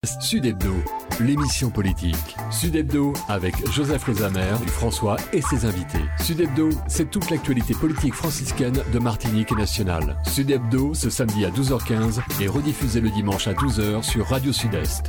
Sud Hebdo, l'émission politique. Sud Hebdo avec Joseph Lezamer du François et ses invités. Sud Hebdo, c'est toute l'actualité politique franciscaine de Martinique et nationale. Sud Hebdo, ce samedi à 12h15 et rediffusé le dimanche à 12h sur Radio Sud-Est.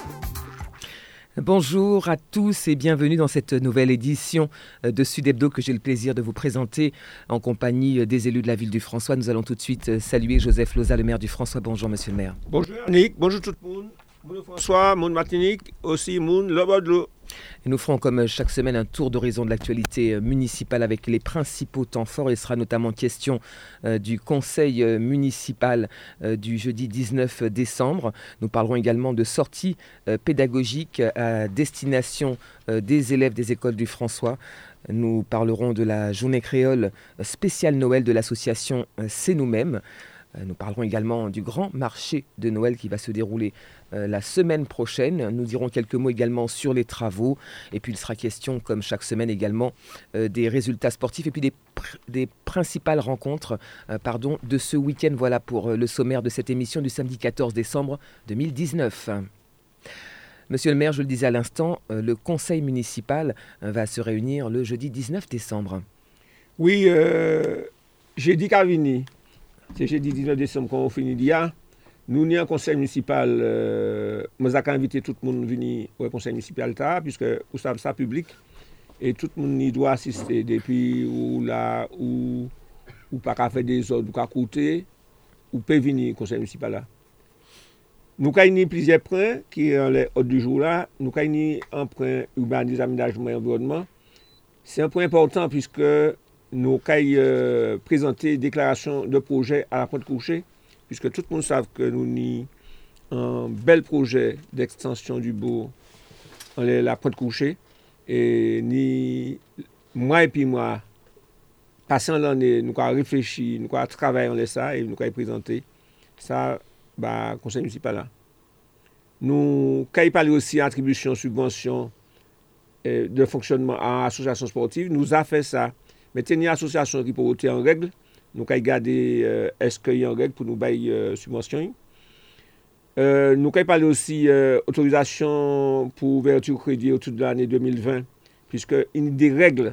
Bonjour à tous et bienvenue dans cette nouvelle édition de Sud Hebdo que j'ai le plaisir de vous présenter en compagnie des élus de la ville du François. Nous allons tout de suite saluer Joseph Loza, le maire du François. Bonjour monsieur le maire. Bonjour Annick, bonjour tout le monde. Bonjour François, mon Martinique, aussi mon Lobodlo. Et nous ferons comme chaque semaine un tour d'horizon de l'actualité municipale avec les principaux temps forts. Il sera notamment question du conseil municipal du jeudi 19 décembre. Nous parlerons également de sorties pédagogiques à destination des élèves des écoles du François. Nous parlerons de la journée créole spéciale Noël de l'association C'est nous-mêmes. Nous parlerons également du grand marché de Noël qui va se dérouler la semaine prochaine. Nous dirons quelques mots également sur les travaux. Et puis il sera question, comme chaque semaine également, des résultats sportifs et puis des principales rencontres de ce week-end. Voilà pour le sommaire de cette émission du samedi 14 décembre 2019. Monsieur le maire, je le disais à l'instant, le conseil municipal va se réunir le jeudi 19 décembre. Oui, j'ai dit qu'à venir. C'est jeudi 19 décembre qu'on finit d'hier. Nous, avons un conseil municipal. Nous avons invité tout le monde à venir au conseil municipal, puisque vous savez ça public. Et tout le monde y doit assister. Depuis ou pas qu'à faire des ordres, ou qu'à coûter, ou peut venir au conseil municipal là. Nous avons plusieurs points qui sont les ordres du jour là. Nous avons un point urbanisme, aménagement et environnement. C'est un point important puisque nous avons présenté déclaration de projet à la Pointe-Couchée, puisque tout le monde sait que nous avons un bel projet d'extension du bourg à la Pointe-Couchée. Et moi et puis moi, passant l'année, nous avons réfléchi, nous avons travaillé en ça et nous avons présenté ça au conseil municipal là. Nous avons parlé aussi d'attribution, subvention de fonctionnement à l'association sportive. Nous avons fait ça. Mais il y a une association qui peut voter en règle. Nous avons gardé est-ce qu'il y a en règle pour nous bailler subvention. Nous avons parlé aussi d'autorisation pour ouverture crédit autour de l'année 2020, puisqu'il y a des règles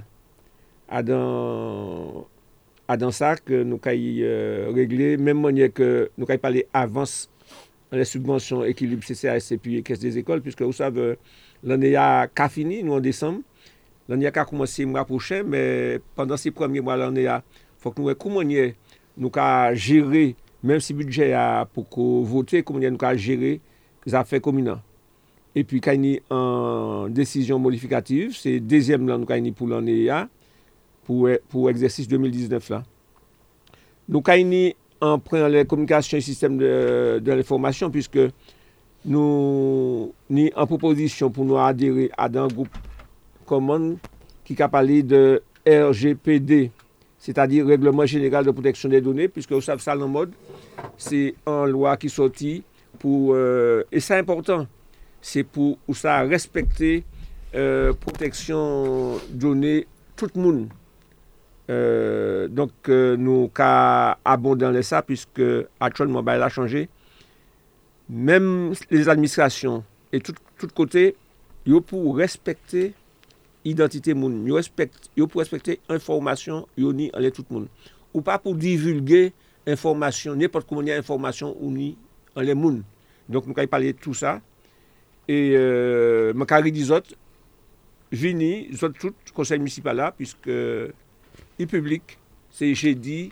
dans ça que nous avons réglé, même manière que nous avons parlé avance les subventions, équilibre CCAS et puis caisse des écoles, puisque vous savez, l'année a fini, nous en décembre. L'année a commencé le mois prochain, mais pendant ces premiers mois, l'année il faut que nous voyons comment nous avons géré, même si le budget a pour voter, comment nous avons géré les affaires communales. Et puis, quand il y a une décision modificative, c'est le deuxième là, nous avons pour l'année pour l'exercice 2019 là. Nous avons en prenant les communications et système de l'information, puisque nous avons en proposition pour nous adhérer à un groupe commande qui a parlé de RGPD, c'est-à-dire Règlement général de protection des données, puisque vous savez ça dans le mode, c'est une loi qui sortit pour, et c'est important, c'est pour ça respecter protection données tout le monde. Donc nous avons abandonné ça, puisque actuellement il a changé. Même les administrations et tout côté, ils pour respecter identité moun, yo pour respecter information, yo ni en tout le monde. Ou pas pour divulguer information, n'importe comment il y a information ou ni en les moun. Donc nous allons parler de tout ça. Et je vais dire autres, vini, tout conseil municipal là, puisque le public, c'est jeudi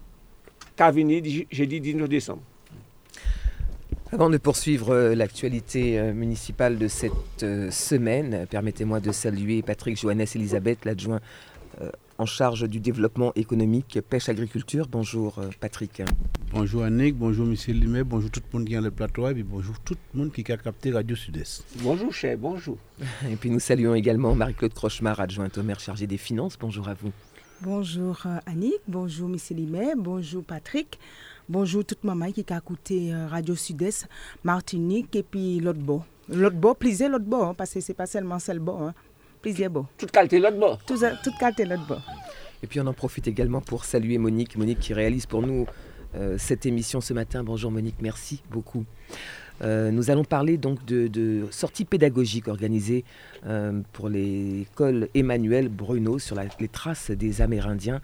19 décembre. Avant de poursuivre l'actualité municipale de cette semaine, permettez-moi de saluer Patrick Johannes Elisabeth, l'adjoint en charge du développement économique, pêche, agriculture. Bonjour Patrick. Bonjour Annick, bonjour Monsieur Limet, bonjour tout le monde qui est dans le plateau et puis bonjour tout le monde qui a capté Radio Sud-Est. Bonjour cher, bonjour. Et puis nous saluons également Marie-Claude Crochemar, adjointe au maire chargée des finances. Bonjour à vous. Bonjour Annick, bonjour Monsieur Limet, bonjour Patrick. Bonjour toute maman qui a écouté Radio Sud-Est, Martinique et puis l'autre bord. L'autre bord, plaisir l'autre bord, parce que c'est pas seulement celle bord. Plaisir bord. Toute qualité l'autre bord. Toute qualité l'autre bord. Et puis on en profite également pour saluer Monique qui réalise pour nous cette émission ce matin. Bonjour Monique, merci beaucoup. Nous allons parler donc de sorties pédagogiques organisées pour l'école Emmanuel Bruno sur les traces des Amérindiens.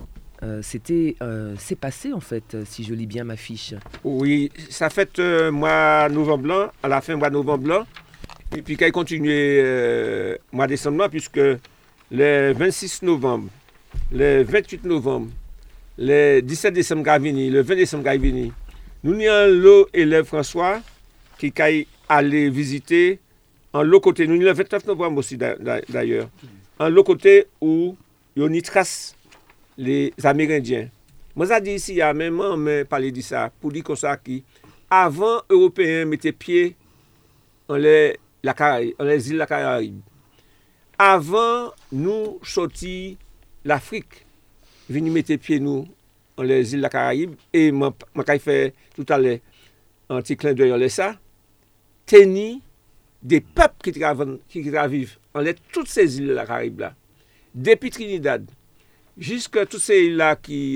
C'est passé en fait, si je lis bien ma fiche. Oui, ça fait mois novembre blanc, à la fin mois novembre blanc, et puis qu'il continue mois décembre blanc, puisque le 26 novembre, le 28 novembre, le 17 décembre Gavini, le 20 décembre Gavini, nous avons l'eau élève François qui est allé visiter en l'autre côté, nous avons le 29 novembre aussi d'ailleurs, en l'autre côté où il y a une trace les Amérindiens. Moi, ça dit ici, il y a même parlé de ça, pour dire comme ça, avant Européens mettaient pied dans les îles de la Caraïbe. Avant nous sortir l'Afrique, venir mettre pied nous dans les îles de la Caraïbe, et moi, fait tout à l'heure un petit clin d'œil en ça, tenir des peuples qui vivent dans toutes ces îles de la Caraïbe là, depuis Trinidad, jusqu'à tous ces îles-là qui,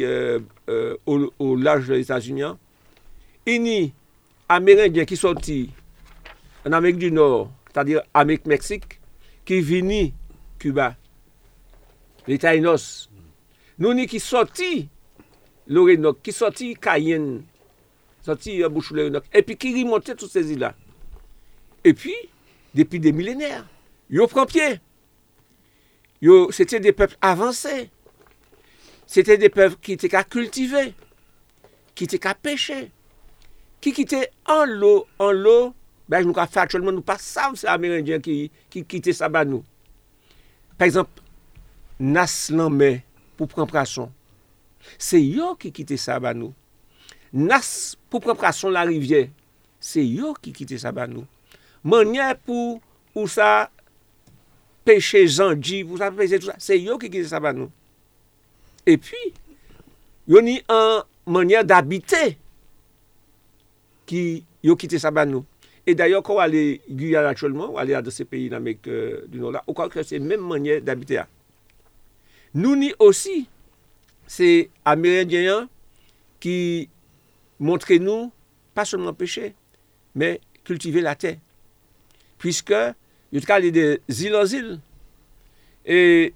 au large des États-Unis, il y a Amérindiens qui sont sortis en Amérique du Nord, c'est-à-dire Amérique Mexique, qui viennent Cuba, les Taïnos. Nous avons qui sortis l'Orénoque, qui sortis Cayenne, sortis Bouchou-l'Orénoque, et puis qui remontaient toutes ces îles-là. Et puis, depuis des millénaires, ils prennent pied. C'était des peuples avancés. C'était des peuples qui étaient qu'à cultiver, qui étaient qu'à pêcher, qui étaient en l'eau. Ben, nous avons fait actuellement, nous ne savons pas ces Amérindiens qui quittaient ça bas nous. Par exemple, Nas Lamé pour prendre poisson. C'est eux qui quittent ça bas nous. Nas pour prendre poisson la rivière. C'est eux qui quittent ça bas nous. Manière pour où ça pêcher Zandi, pour ça pêcher tout ça. C'est eux qui quittent ça bas nous. Et puis, il y a une manière d'habiter qui a quitté ça nous. Et d'ailleurs, quand on va aller à Guyane actuellement, on va aller dans ces pays d'Amérique du Nord là, on croit que c'est la même manière d'habiter. Nous ni aussi, c'est Amérindiens qui montrent nous, pas seulement pêcher, mais cultiver la terre. Puisque, il y a des îles en îles. Et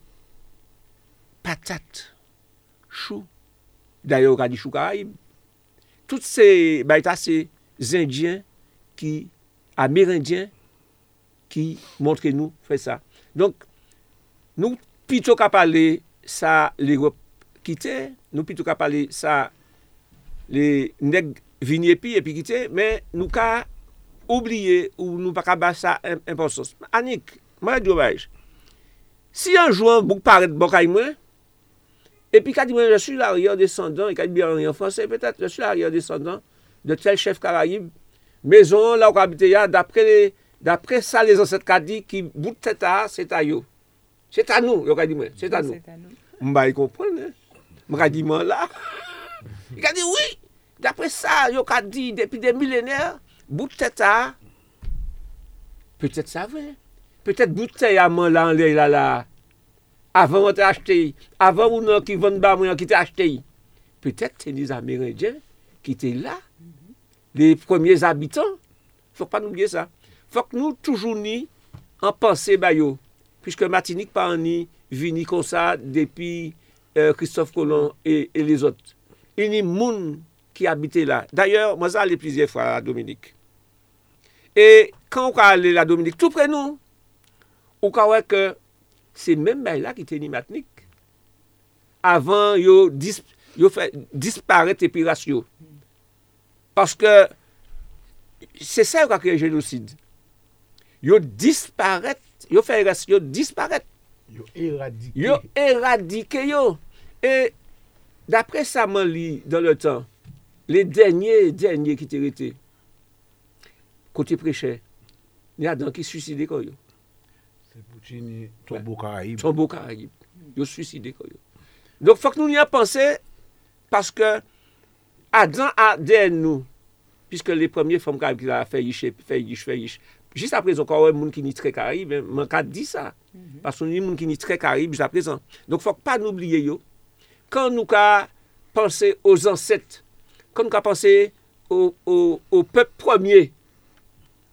patates. Chou. D'ailleurs, on a dit chou Caraïbe. Toutes ces c'est Indiens Amérindiens qui montrent nous faire ça. Donc, nous plutôt qu'à parler ça l'Europe quitter, nous plutôt qu'à parler ça les nègres venir et puis quitter, mais nous qu'à oublier ou nous pas qu'à battre ça importance. Annick, moi dommage. Si un jour vous paraît bon moi, et puis quand je suis l'arrière-descendant, et quand je dis en français, peut-être je suis l'arrière-descendant de tel chef Caraïbe, maison là où habité d'après ça les ancêtres qu'a dit qui bout de tête c'est à eux. C'est à nous, il a dit c'est à nous. M'ba y comprendre. M'a dit moi là. Il a dit oui, d'après ça, il a dit depuis des millénaires, bout de tête peut-être ça vrai. Peut-être bout de tête à moi là. Avant on t'a acheté, avant ou non qui vendent bas moi qui t'a acheté. Peut-être c'est des Amérindiens qui étaient là. Les premiers habitants, faut pas oublier ça. Faut que nous toujours ni en penser bayo, puisque Martinique pas ni vini comme ça depuis Christophe Colomb et les autres. Il y a des gens qui habitaient là. D'ailleurs, moi j'ai allé plusieurs fois à Dominique. Et quand on allé à Dominique, tout près nous, on voit que c'est même là qui était ni Martinique. Avant yo fait disparaître les ratio. Parce que c'est ça qui a créé le génocide. Ils disparaissent, ils fait ratio disparaître. Ils éradiqué. Et d'après ça, moi lis dans le temps, les derniers qui étaient restés, côté prêcheur, il y a des qui suicidés quand même. C'est Poutine, Tombeau Caraïbe. Tombeau Caraïbe. Ils suicidés quand même. Donc, il faut que nous y a pensé, parce que, à derrière nous, puisque les premières femmes qui ont fait yish. Juste à présent, encore, il y a des gens qui sont très Caraïbes, mais on dit ça. Parce qu'il y a des gens qui sont très Caraïbes jusqu'à présent. Donc, il ne faut pas nous oublier. Quand nous pensons aux ancêtres, quand nous pensons au peuple premier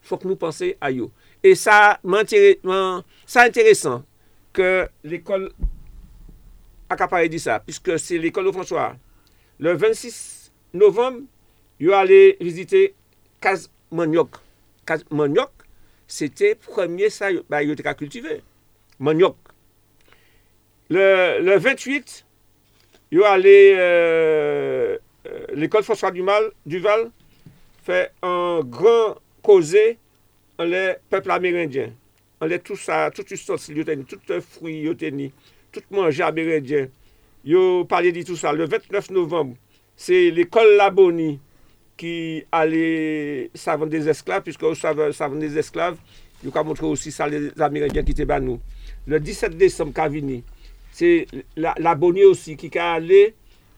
faut que nous pensions à eux. Et ça, c'est intéressant que l'école a capable dit ça, puisque c'est l'école de François. Le 26 novembre, ils allé visiter Case Manioc. Case Manioc, c'était le premier ça qu'ils ont cultivé. Manioc. Le 28, ils allé l'école François Duval fait un grand causé en les peuples amérindiens. On les tout ça, tout ustensile, tout fruit, tout manger amérindien. Yo parlé de tout ça. Le 29 novembre, c'est l'école Laboni qui allait savant des esclaves, puisque au savant des esclaves, il a montré aussi ça les Amérindiens qui étaient bas nous. Le 17 décembre, Cavini, c'est Laboni aussi qui a allé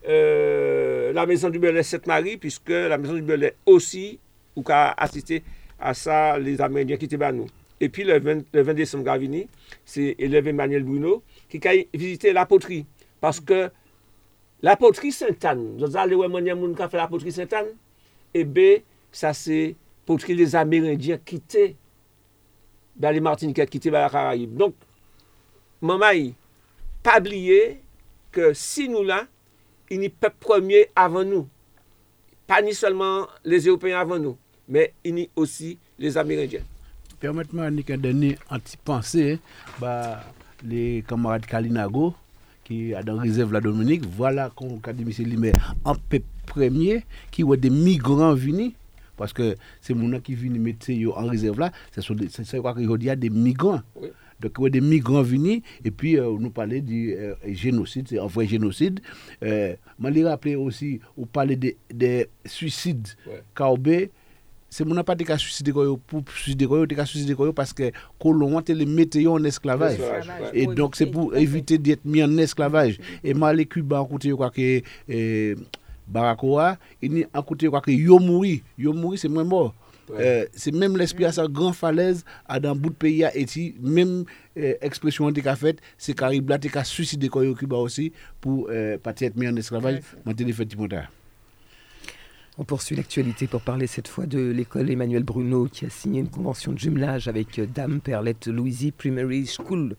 la maison du Belay Sainte-Marie, puisque la maison du Belay aussi, ou qui a assisté à ça les Amérindiens qui étaient bas nous. Et puis le 20 décembre, Gravini, c'est élève Emmanuel Bruno qui a visité la poterie. Parce que la poterie Sainte-Anne, vous allez voir mon qui a fait la poterie Sainte-Anne, et bien, ça c'est poterie les Amérindiens quittés dans les Martiniquais, quittés dans la Caraïbe. Donc, maman, pas oublier que si nous là, il n'y a pas premier avant nous. Pas ni seulement les Européens avant nous, mais il y a aussi les Amérindiens. Permettez-moi un dernier anti-pensée, les camarades Kalinago, qui est dans la réserve la Dominique, voilà qu'on a dit M. Limer, en premier, qui ont des migrants venus, parce que c'est mon qui viennent mettre en réserve là, c'est quoi qu'il y a des migrants. Oui. Donc, il y a des migrants venus, et puis nous parler du génocide, c'est un vrai génocide. Je me rappelle aussi, on parlait des suicides. Ouais. C'est mon pas de cas suicider pour suicider parce que colon les mettait en esclavage et donc c'est pour éviter d'être mis en esclavage et mal Cuba en côté quoi que Baracoa il ni en côté quoi que yo mouri c'est moins mort. C'est même l'esprit à sa grande falaise à dans bout de pays à Haïti même expression on a fait c'est Caraïbe là t'es suicider quoi Cuba aussi pour pas être mis en esclavage monter fait Timonta. On poursuit l'actualité pour parler cette fois de l'école Emmanuel Bruno qui a signé une convention de jumelage avec Dame Perlette Louisie Primary School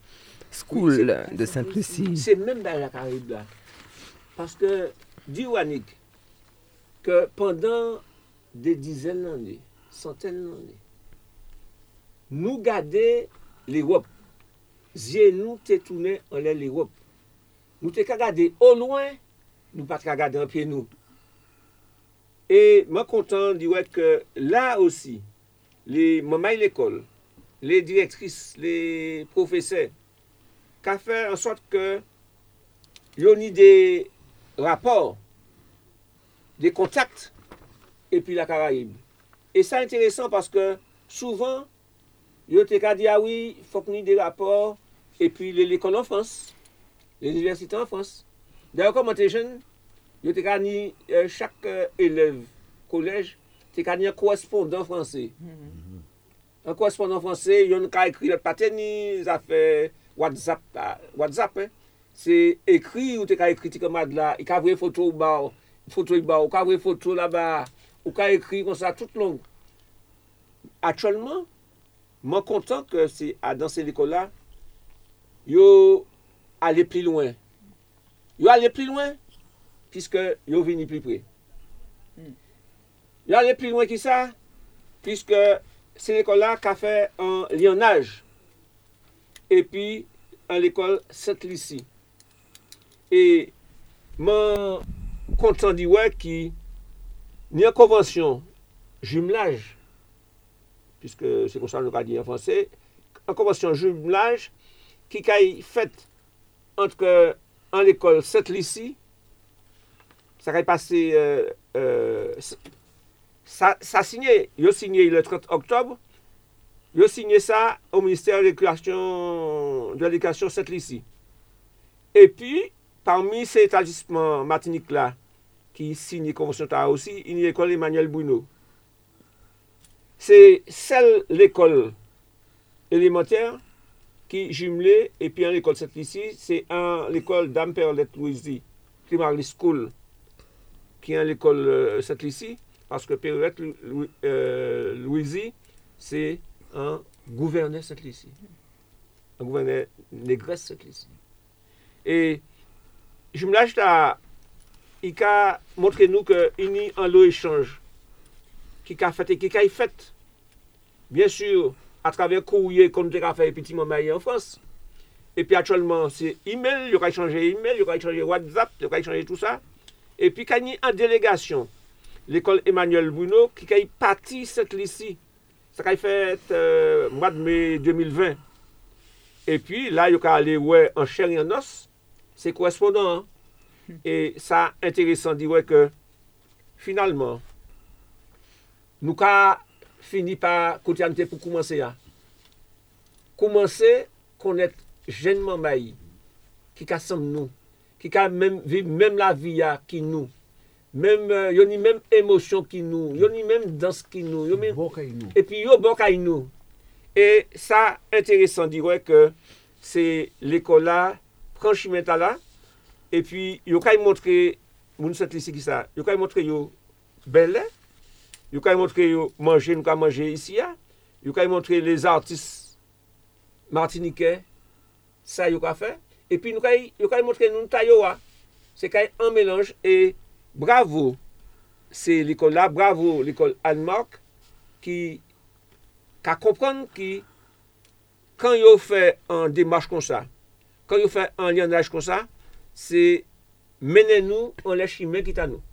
de Sainte-Lucie. C'est même dans la Caraïbe là. Parce que, dit Wannick, que pendant des dizaines d'années, centaines d'années, nous garder l'Europe. Nous t'es tourné en l'Europe. Nous t'es qu'à garder au loin, nous pas qu'à garder en pied nous. Et moi, content de dire que là aussi, les mamans de l'école, les directrices, les professeurs, qu'a fait en sorte que y a des rapports, des contacts, et puis la Caraïbe. Et c'est intéressant parce que souvent, y a des dit, ah oui, il faut qu'on ait des rapports, et puis l'école en France, les universités en France. D'ailleurs, comme on était jeune, yo te gagné chaque élève collège te gagné un correspondant français. Un correspondant français, il a écrit le pateni, ça fait WhatsApp hein. C'est écrit ou te ka écrit comme là, il a vu photo ba, ou ka vu photo là-bas, ou ka écrit comme ça toute longue. Actuellement, moi content que c'est dans cette école là, yo aller plus loin. Yo aller plus loin puisque yo vini plus près. Yo aller plus loin que ça puisque c'est l'école là qui a fait un lionnage et puis à l'école Sainte-Lucie. Et moi content dit ouais qui ni en convention jumelage puisque c'est comme ça qu'on va dire en français, en convention jumelage qui a fait entre en l'école Sainte-Lucie. Ça a passé, ça signé, il a signé le 30 octobre, il a signé ça au ministère de l'Éducation Sainte-Lucie. Et puis, parmi ces établissements Martinique-là, qui signent la convention aussi, il y a l'école Emmanuel Bruno. C'est celle l'école élémentaire qui jumelée, et puis en l'école Sainte-Lucie, c'est l'école Dame Perlette Louisie Primary School, qui est l'école Sainte-Lucie, parce que Perlette Louisie, c'est un gouverneur Saint-Lici. Un gouverneur négresse Saint-Lici. Et je me lâche à il a montré nous qu'il y a un lot échange qui a fait, bien sûr, à travers courrier qu'on a fait petit moment en France. Et puis actuellement, c'est email, il y aura échangé email, il y aura échangé WhatsApp, il y aura échangé tout ça. Et puis quand il y a en délégation, l'école Emmanuel Bruno, qui a parti cette lycée, ça a fait mois de mai 2020. Et puis là, il y a allé en chair et en os, c'est correspondant. Hein? Et ça, intéressant, dit que finalement, nous avons fini par côté pour commencer à connaître jeunement maï qui comme nous, qui a même vivre même la vie qui nous, même yoni même émotion qui nous, yoni même danse qui nous, et puis yo bon kay nous. Et ça intéressant, dit que c'est l'école là, franchement là. Et puis, il y a montré, mon cette ici qui ça, il y a montré yo belle, il y a montré yo manger, nous manger ici, il y a montré les artistes martiniquais, ça il y a fait. Et puis, il y a montré nous tayoa, c'est un mélange et bravo, c'est l'école là, bravo l'école Anne-Marc qui comprend que quand il fait une démarche comme ça, quand il fait un lienage comme ça, c'est menez-nous en lèche humain qui est à nous.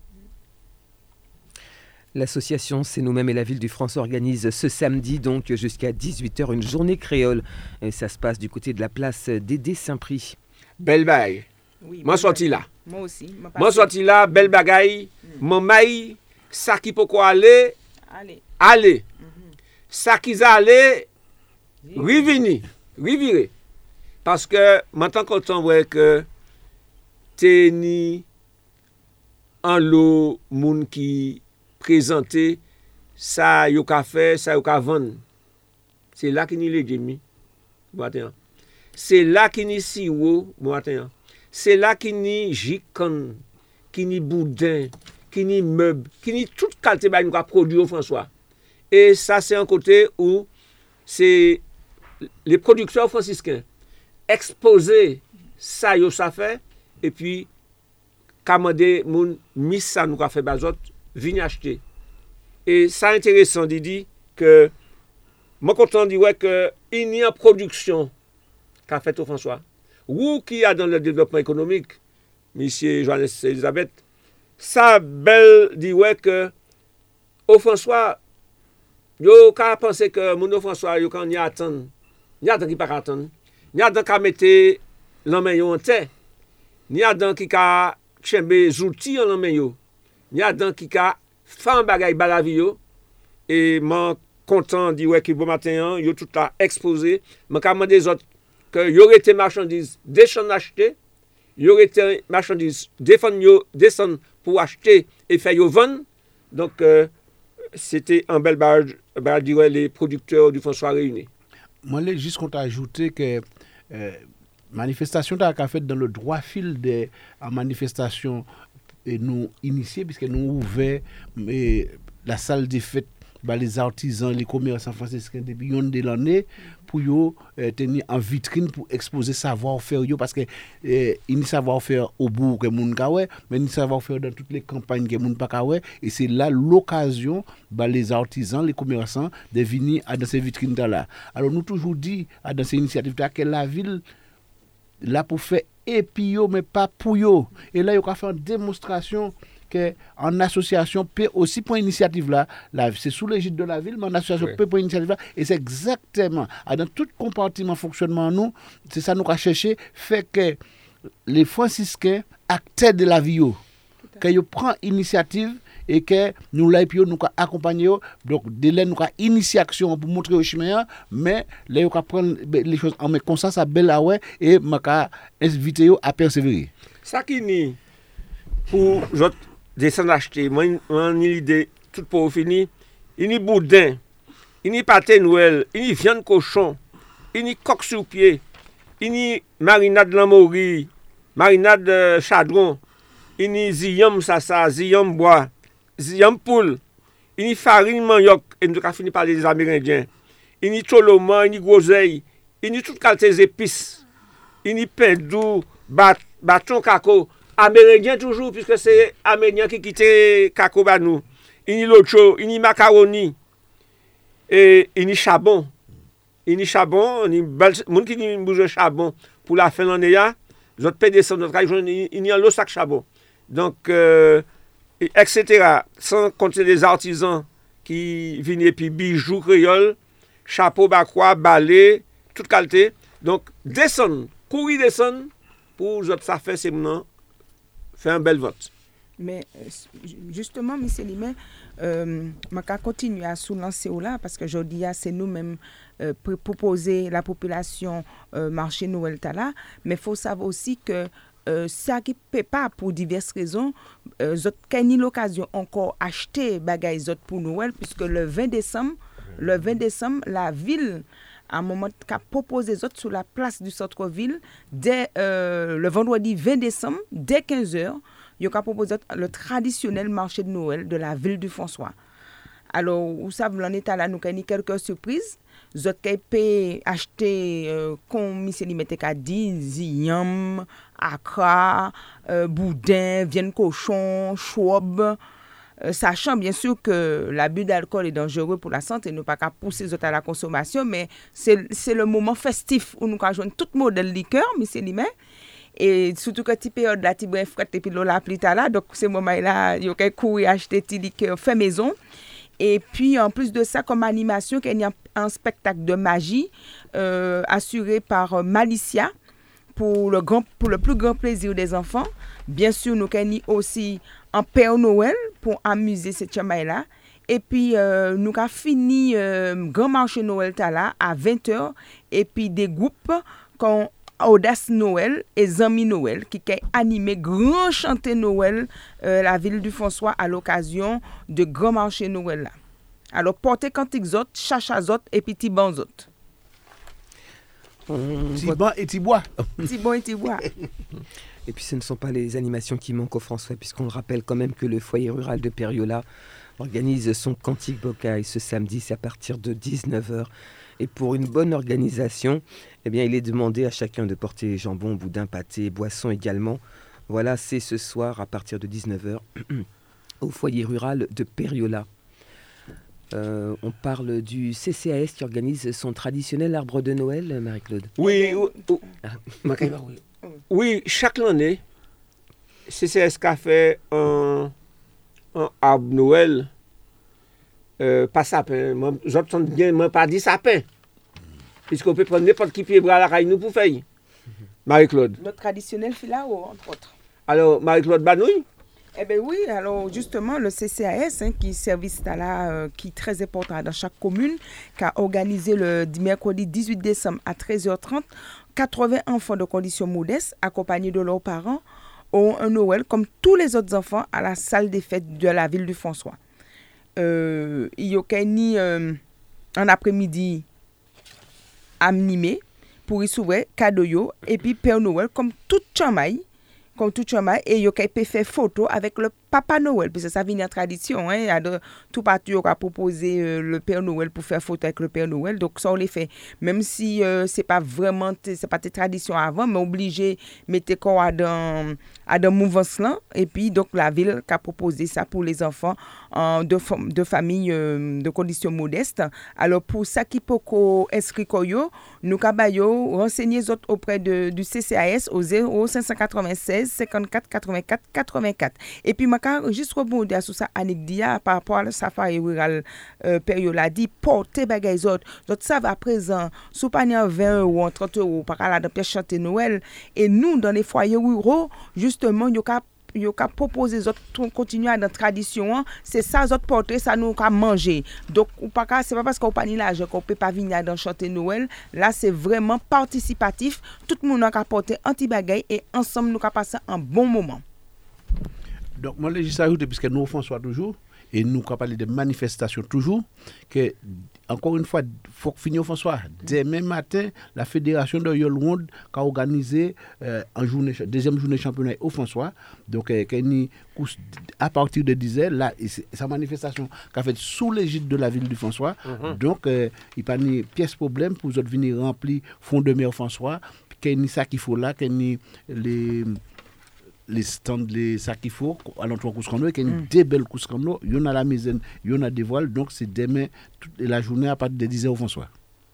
L'association C'est nous-mêmes et la ville du François organise ce samedi, donc jusqu'à 18h, une journée créole. Et ça se passe du côté de la place Dédé Saint-Prix. Belle bagaille. Oui, moi sorti là. Moi aussi. Moi sorti là, belle bagaille. Mon maï, ça qui peut quoi aller. Aller. Ça qui a aller, revenir. Parce que maintenant quand on voit que t'es ni en lot moun qui présenté ça yo ka fait ça yo ka vendre, c'est là qui ni les demi matin, c'est là qui ni siwo matin, c'est là qui ni jikan, qui ni boudin, qui ni meuble, qui ni toute qualité ba nous ka produit au François. Et ça c'est un côté où c'est les producteurs franciscains exposer ça yo ça fait. Et puis, commander moun mis ça nous a fait bazot, venir acheter. Et ça intéressant dit que moi content dit que il y a une production qu'a fait au François. Ou qui a dans le développement économique, monsieur Johannes Elisabeth, ça belle dit que au François yo ka penser que mon au François yo kan y attendre. Y a qui pas attendre. Y a ka mettre l'homme yo en terre. Ni a dan ki ka chembe zouti en l'anmen yo. Ni a dan ki ka fan bagay balavi yo. Et man content di que bon matin yo tout a exposé. Man ka mande des autres que yo rete marchandises descend acheter. Yo rete marchandises descend pour acheter et faire yo vendre. Donc c'était un bel barrage les producteurs du François réunis. Moi là juste qu'on t'a ajouté que manifestation qu'a fait dans le droit fil des manifestations et nous initiés puisque nous ouvert la salle des fêtes les artisans, les commerçants franciscains depuis de l'année pour tenir en vitrine pour exposer savoir-faire parce que il y a savoir-faire au bout que moun ka wè, mais il y a savoir-faire dans toutes les campagnes que moun pa ka wè, et c'est là l'occasion les artisans, les commerçants de venir dans ces vitrines là. Alors nous toujours dit dans ces initiatives que la ville là pour faire épio mais pas pour yo, et là il a fait une démonstration que en association peut aussi pour initiative là c'est sous l'égide de la ville mais en association peut pour initiative là, et c'est exactement dans tout compartiment fonctionnement nous c'est ça nous a cherché fait que les franciscains acteurs de la vie que ils prend initiative et que nous là puis nous accompagner donc de là nous initier action pour montrer au chemin, mais là nous prendre les choses en met conscience à belle ouais et m'a inviter à persévérer ça qui ni pour descendre acheter moi l'idée tout pour finir il ni boudin il ni pâté Noël il ni viande cochon il ni coq sur pied il ni marinade lamori marinade chadron il ni ziyam sasa ziyam bois ziyam poule il ni farine manioc et nous a fini par les Amérindiens il y a toloman, il y a groseille, il y a toutes qualités épices, il y a pain doux, bâton caco, amérindien toujours, puisque c'est amérindien qui quitte caco ba nous. Il y a l'autre chose, il y a macaroni, et il y a charbon. Il y a charbon, il y a gens qui ont besoin de charbon pour la fin de l'année, ils ont payé descendre notre région, il y a l'eau sac charbon. Donc, etc. Sans compter les artisans qui viennent et puis bijoux créoles, chapeau bakwa, balai, toute qualité. Donc, descendre, courir descendre, pour ça fait c'est maintenant faire un bel vote. Mais justement, M. Limet, je vais continuer à sous-lancer là parce que je dis c'est nous-mêmes proposer la population marché Noël Tala, mais il faut savoir aussi que ça qui ne peut pas pour diverses raisons, nous avons l'occasion encore acheter bagaille pour Noël puisque le 20 décembre, la ville à un moment qu'a proposé sur la place du centre-ville dès le vendredi 20 décembre dès 15h. Il a proposé le traditionnel marché de Noël de la ville du François. Alors, vous savez, en état là, nous avons quelques surprises. Vous avez acheté, comme M. Limetek a dit, ziyam, akra, boudin, viande cochon, chouab. Sachant bien sûr que l'abus d'alcool est dangereux pour la santé, nous ne pouvons pas pousser les autres à la consommation, mais c'est le moment festif où nous avons joué tout modèle liqueur, M. Limet. Et surtout que tu période là, tu bois frette et puis l'eau là plus tard là, donc ce moment-là, il y a courir acheter des liqueurs fait maison. Et puis en plus de ça, comme animation, il y a un spectacle de magie assuré par Malicia pour le plus grand plaisir des enfants. Bien sûr, nous avons aussi un Père Noël pour amuser cette chamaille-là. Et puis, nous avons fini Grand Marché Noël Tala à 20h. Et puis, des groupes comme Audace Noël et Zami Noël qui ont animé grand chanté Noël la ville du François à l'occasion de Grand Marché Noël là. Alors portez cantique zot, chacha zot et puis tiban zot. Tiban et tibois. Tiban et tibois. Et puis ce ne sont pas les animations qui manquent au François puisqu'on rappelle quand même que le foyer rural de Périola organise son cantique bocaille ce samedi, c'est à partir de 19h. Et pour une bonne organisation, eh bien, il est demandé à chacun de porter jambon, boudin, pâté, boisson également. Voilà, c'est ce soir à partir de 19h au foyer rural de Périola. On parle du CCAS qui organise son traditionnel arbre de Noël, Marie-Claude. Oui, chaque année, CCAS a fait un arbre Noël. Pas sapin, j'entends bien, moi pas dit sapin. Puisqu'on peut prendre n'importe qui pied bras la caille nous pour faire. Marie-Claude. Notre traditionnel filao, entre autres. Alors, Marie-Claude Banouille? Eh bien oui, alors justement, le CCAS, qui est service qui est très important dans chaque commune, qui a organisé le mercredi 18 décembre à 13h30, 80 enfants de conditions modestes, accompagnés de leurs parents, ont un Noël comme tous les autres enfants à la salle des fêtes de la ville du François. Il y a un après-midi animé pour y s'ouvrir cadeau et puis Père Noël comme tout chamaille et il y a fait photo avec le Papa Noël parce que ça vient en tradition tout parti a proposé le Père Noël pour faire photo avec le Père Noël, donc ça on les fait même si c'est pas tes traditions avant, mais obligé mettre quoi à dans mouvance là. Et puis donc la ville qui a proposé ça pour les enfants de familles de conditions modestes. Alors pour ça qui peut inscrit koyo, nous cabayo renseigner auprès du CCAS au 0596 54 84 84. Et puis juste rebondir sur ça Annick Dia par rapport à safari rural Périola dit porter bagay autres ça va à présent sous panier 20 ou 30 € par là dans pièce chanter Noël et nous dans les foyers ruraux justement yo ka proposer autres continuer dans tradition c'est ça autres porter ça nous ka manger donc ou pas c'est pas parce qu'on pas ni l'argent qu'on peut pas venir dans chanter Noël là c'est vraiment participatif tout le monde a ka porter anti bagay et ensemble nous ka passer un bon moment. Donc, moi, je dis ça, puisque nous, François, toujours, et nous avons parlé de manifestations toujours, que, encore une fois, il faut finir François. Demain matin, la fédération de Yolwand a organisé deuxième journée championnat au François. Donc, à partir de 10h, là, sa manifestation qu'a fait sous l'égide de la ville du François. Donc, il n'y a pas de pièce problème pour vous venir remplir fond de mer François. Qu'il y a ça qu'il faut là, qu'il y a les stands, ça qu'il faut, à l'entour de Kouscano, qu'il y a des belles Kouscano, il y en a la maison, il y en a des voiles, donc c'est demain, toute la journée à partir de 10h au François.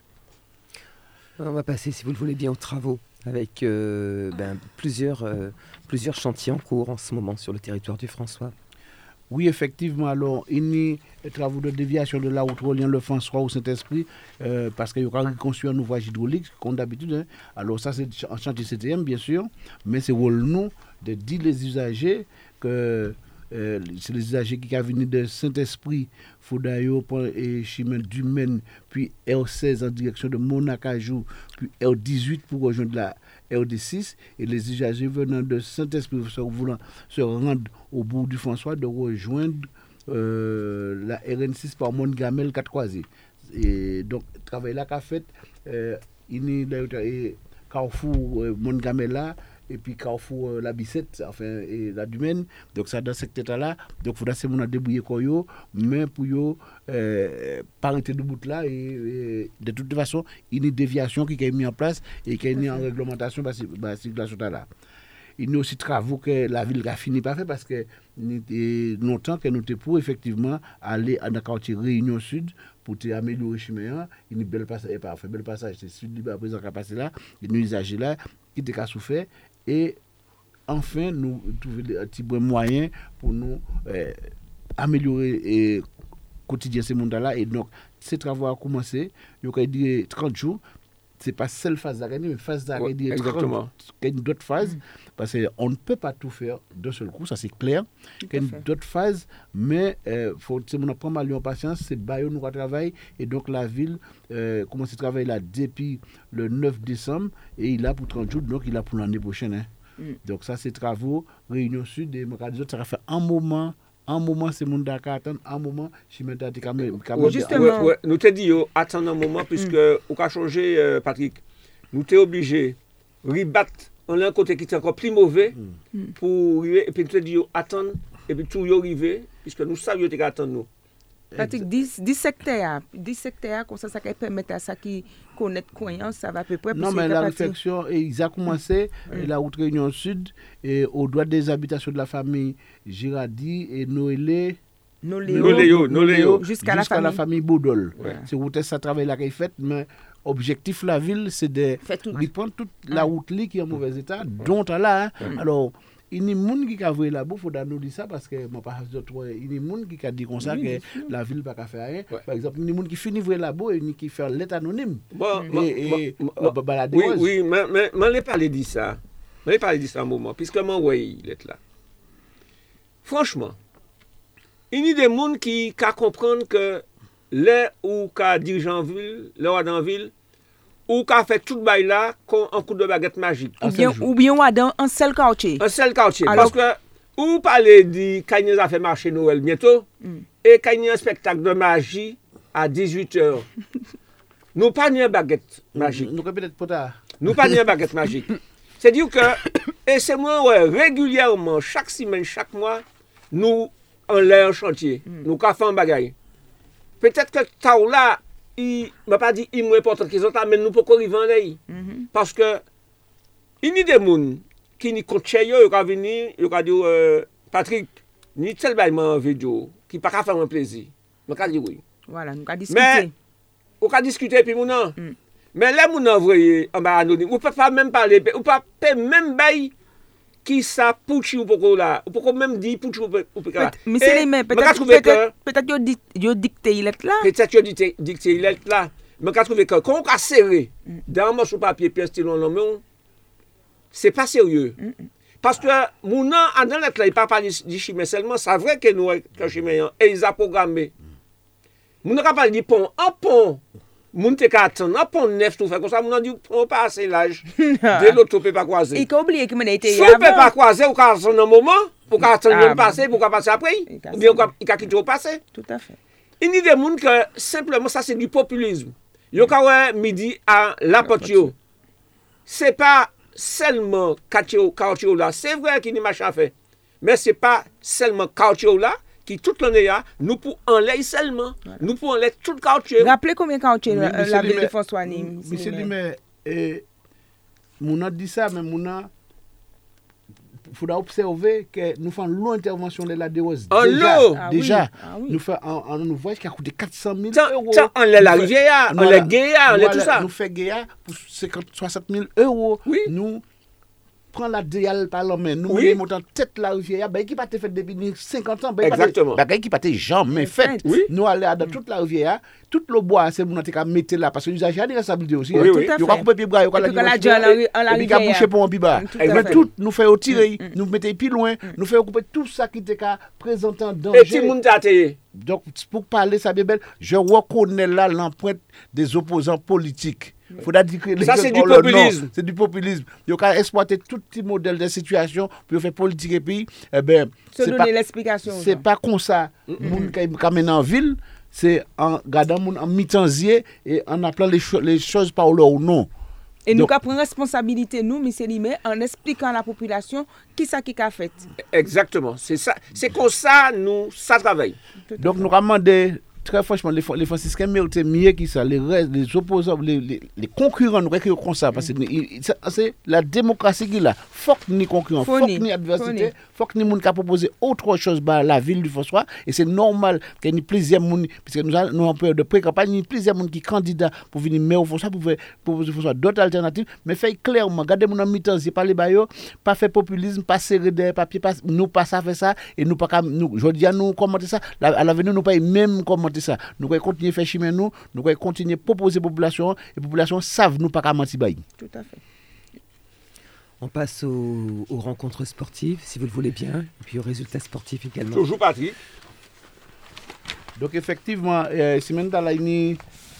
On va passer, si vous le voulez bien, aux travaux, avec plusieurs chantiers en cours en ce moment sur le territoire du François. Oui, effectivement, alors, il y a des travaux de déviation de la route reliant le François au Saint-Esprit, parce qu'il y aura reconstruit un ouvrage hydraulique, comme d'habitude. Hein. Alors, ça, c'est un chantier CTM, bien sûr, mais c'est pour nous de dire les usagers que c'est les usagers qui sont venus de Saint-Esprit, Foudayo et Chimène Dumaine, puis R16 en direction de Monacajou, puis R18 pour rejoindre la RD6, et les usagers venant de Saint-Esprit voulant se rendre au bout du François, de rejoindre la RN6 par Montgamel 4 croisés. Et donc, le travail là qu'a fait, il y a Carrefour Montgamel là, et puis Carrefour la Bicette, enfin, et la Dumaine, donc ça dans ce secteur-là, donc il faudra se débrouiller quoi, mais pour yo, pas arrêter de bout là, et de toute façon, il y a une déviation qui est mise en place et qui est mise en réglementation de la circulation là. Il y a aussi des travaux que la ville a fini par faire parce que longtemps que nous étions pour effectivement aller dans le quartier Réunion Sud pour améliorer le chemin. Il y a un bel passage, c'est Sud Libre à présent qui a passé là, il y a un usager là qui était souffert. Et enfin, nous trouvons un petit moyen pour nous améliorer le quotidien de ce monde-là. Et donc, ces travaux ont commencé, il y a dit 30 jours. Ce n'est pas seule phase d'arrêt, mais phase d'arrêt, il y a d'autres phases, parce qu'on ne peut pas tout faire d'un seul coup, ça c'est clair. Il y a d'autres phases, mais il faut prendre mal en patience, c'est Bayo nous travaille, et donc la ville commence à travailler là depuis le 9 décembre, et il a pour 30 jours, donc il a pour l'année prochaine. Hein. Donc ça c'est travaux, Réunion Sud, et ça va faire un moment, c'est mon Dakar attendre un moment, je suis maintenant justement, nous te dit attendre un moment puisque on a changé Patrick. Nous t'es obligé rebattre en un côté qui est encore plus mauvais pour arriver et puis nous te dit attendre et puis tout y arriver puisque nous savions que attendre nous. Patrick 10 secteurs comme ça permet à ça qui connaît croyance ça va à peu près. Non mais la réflexion ils a commencé la route Réunion Sud et au droit des habitations de la famille Girardi et Noéléo jusqu'à la famille Boudol. Ouais. C'est où ça travail là qui est fait mais objectif la ville c'est de reprendre toute la route là qui est en mauvais état dont là alors il y a des gens qui ont vu là-bas, il faut nous dire ça parce que il y a des gens qui ont dit comme ça que la ville ne peut pas faire rien. Par exemple, il y a des gens qui finissent là-bas et qui font lettre anonyme. Oui, mais je n'ai pas dit ça. Je n'ai pas dit ça un moment, puisque je vais lettre là. Franchement, il y a des gens qui comprennent que les ou qui dirigent ville, les ou dans ville, ou qu'a fait tout bail là en coup de baguette magique. Ou bien dans un seul quartier. Un seul quartier. Alors, parce que ou parler de quand il a fait marché Noël bientôt et quand il y a un spectacle de magie à 18h. Nous pas ni une baguette magique. Nous peut-être pas tard. Nous pas ni une baguette magique. C'est dire que et c'est moi régulièrement chaque semaine, chaque mois nous en l'air chantier. Nous qu'a fait un bagaille. Peut-être que là il m'a pas dit il m'importe qu'ils ont là mais nous pas arriver en là parce que il y a des gens qui ni compte chez eux qui venir ils ont dit Patrick ni tel bail en vidéo qui pas faire un plaisir mais qu'a dit oui voilà nous qu'a discuter mais on qu'a discuter puis mon mais là mon envoyer en bas anonyme ou pas même parler ou pas même bail qui ça pouchi ou pourquoi là ou pourquoi même dit pouchi ou pourquoi mais c'est les mêmes peut-être yo dicté il est là peut-être yo dicté il est là mais qu'a trouvé que quand on a serré dans un morceau papier pièce stylo non mais c'est pas sérieux parce que mon dans lettre là il pas parler du chemin seulement c'est vrai que nous que chemin et ils a programmé mon n'a pas dit pont en pont moun te ka attendre un pont neuf tout fait comme ça mon dit on pas assez l'âge de l'autre peut pas croiser il faut oublier que mon été on peut pas croiser au cas en un moment pour attendre passer, pour passer après, ou bien il a quitté au passé. Tout à fait. Il y a des gens que simplement ça c'est du populisme. Yo ka midi à la potio. C'est pas seulement quartier là, c'est vrai qu'il y a machin fait. Mais c'est pas seulement quartier là qui toute l'année nous pour enlever seulement, nous pour enlever tout quartier. Rappelez combien quartier la ville de François Nim. Monsieur Limé, Mouna dit ça, mais Mouna, il faudra observer que nous faisons une intervention de la DOS. Déjà, nous faisons un ouvrage qui a coûté 400 000 euros. On l'a rivière, on l'a Guéa, on l'a tout ça. Nous faisons Guéa pour 60 000 euros. Oui. Nous prenons la DIAL par la main. Nous mettons en tête la rivière. Qui n'a pas fait depuis 50 ans. Exactement. Qui n'a pas jamais fait. Nous allons dans toute la rivière. Tout le bois, c'est mon antique à mettre là. Parce que l'usage a des responsabilités aussi. Oui. Il y a couper les bras, il y a boucher pour un biba. Tout, nous faisons tirer, nous mettons plus loin, nous faisons couper tout ça qui était présentant danger. Et tout le monde a été. Donc, pour parler, ça bien belle, je reconnais là l'empreinte des opposants politiques. Faudra dire que ça, c'est du populisme. C'est du populisme. Il faut exploiter tout petit modèle de situation pour faire politique et puis, se donner l'explication. C'est pas comme ça. Moun qui amène en ville, c'est en gardant moun en mitanzier et en appelant les choses par leur nom. Et nous avons responsabilité, nous, M. Limé, en expliquant à la population qui ça qui a fait. Exactement. C'est ça. C'est comme ça, nous, ça travaille. Donc, nous avons demandé, très franchement, les franciscains méritent mieux que ça. Les opposants, les concurrents, nous recueillons comme ça. Parce que c'est la démocratie qui est là. Faut que ni concurrents, faut que ni adversité, faut que ni monde qui a proposé autre chose à la ville du François. Et c'est normal qu'il y ait plusieurs monde, parce que nous avons en période de pré-campagne, il y a plusieurs monde qui candidats pour venir maire au François, pour proposer François d'autres alternatives. Mais fait clairement, gardez mon mi-temps, c'est pas les baillots, pas faire populisme, pas serrer des papiers, nous pas ça faire ça, et nous pas je dis à nous commenter ça. À l'avenir, nous pas même commenter ça. Nous allons continuer à faire chimer nous allons continuer à proposer aux populations, et les populations savent nous pas qu'à mentir. Tout à fait. On passe aux rencontres sportives, si vous le voulez bien, et puis aux résultats sportifs également. Toujours Patrick. Donc effectivement, si maintenant là, il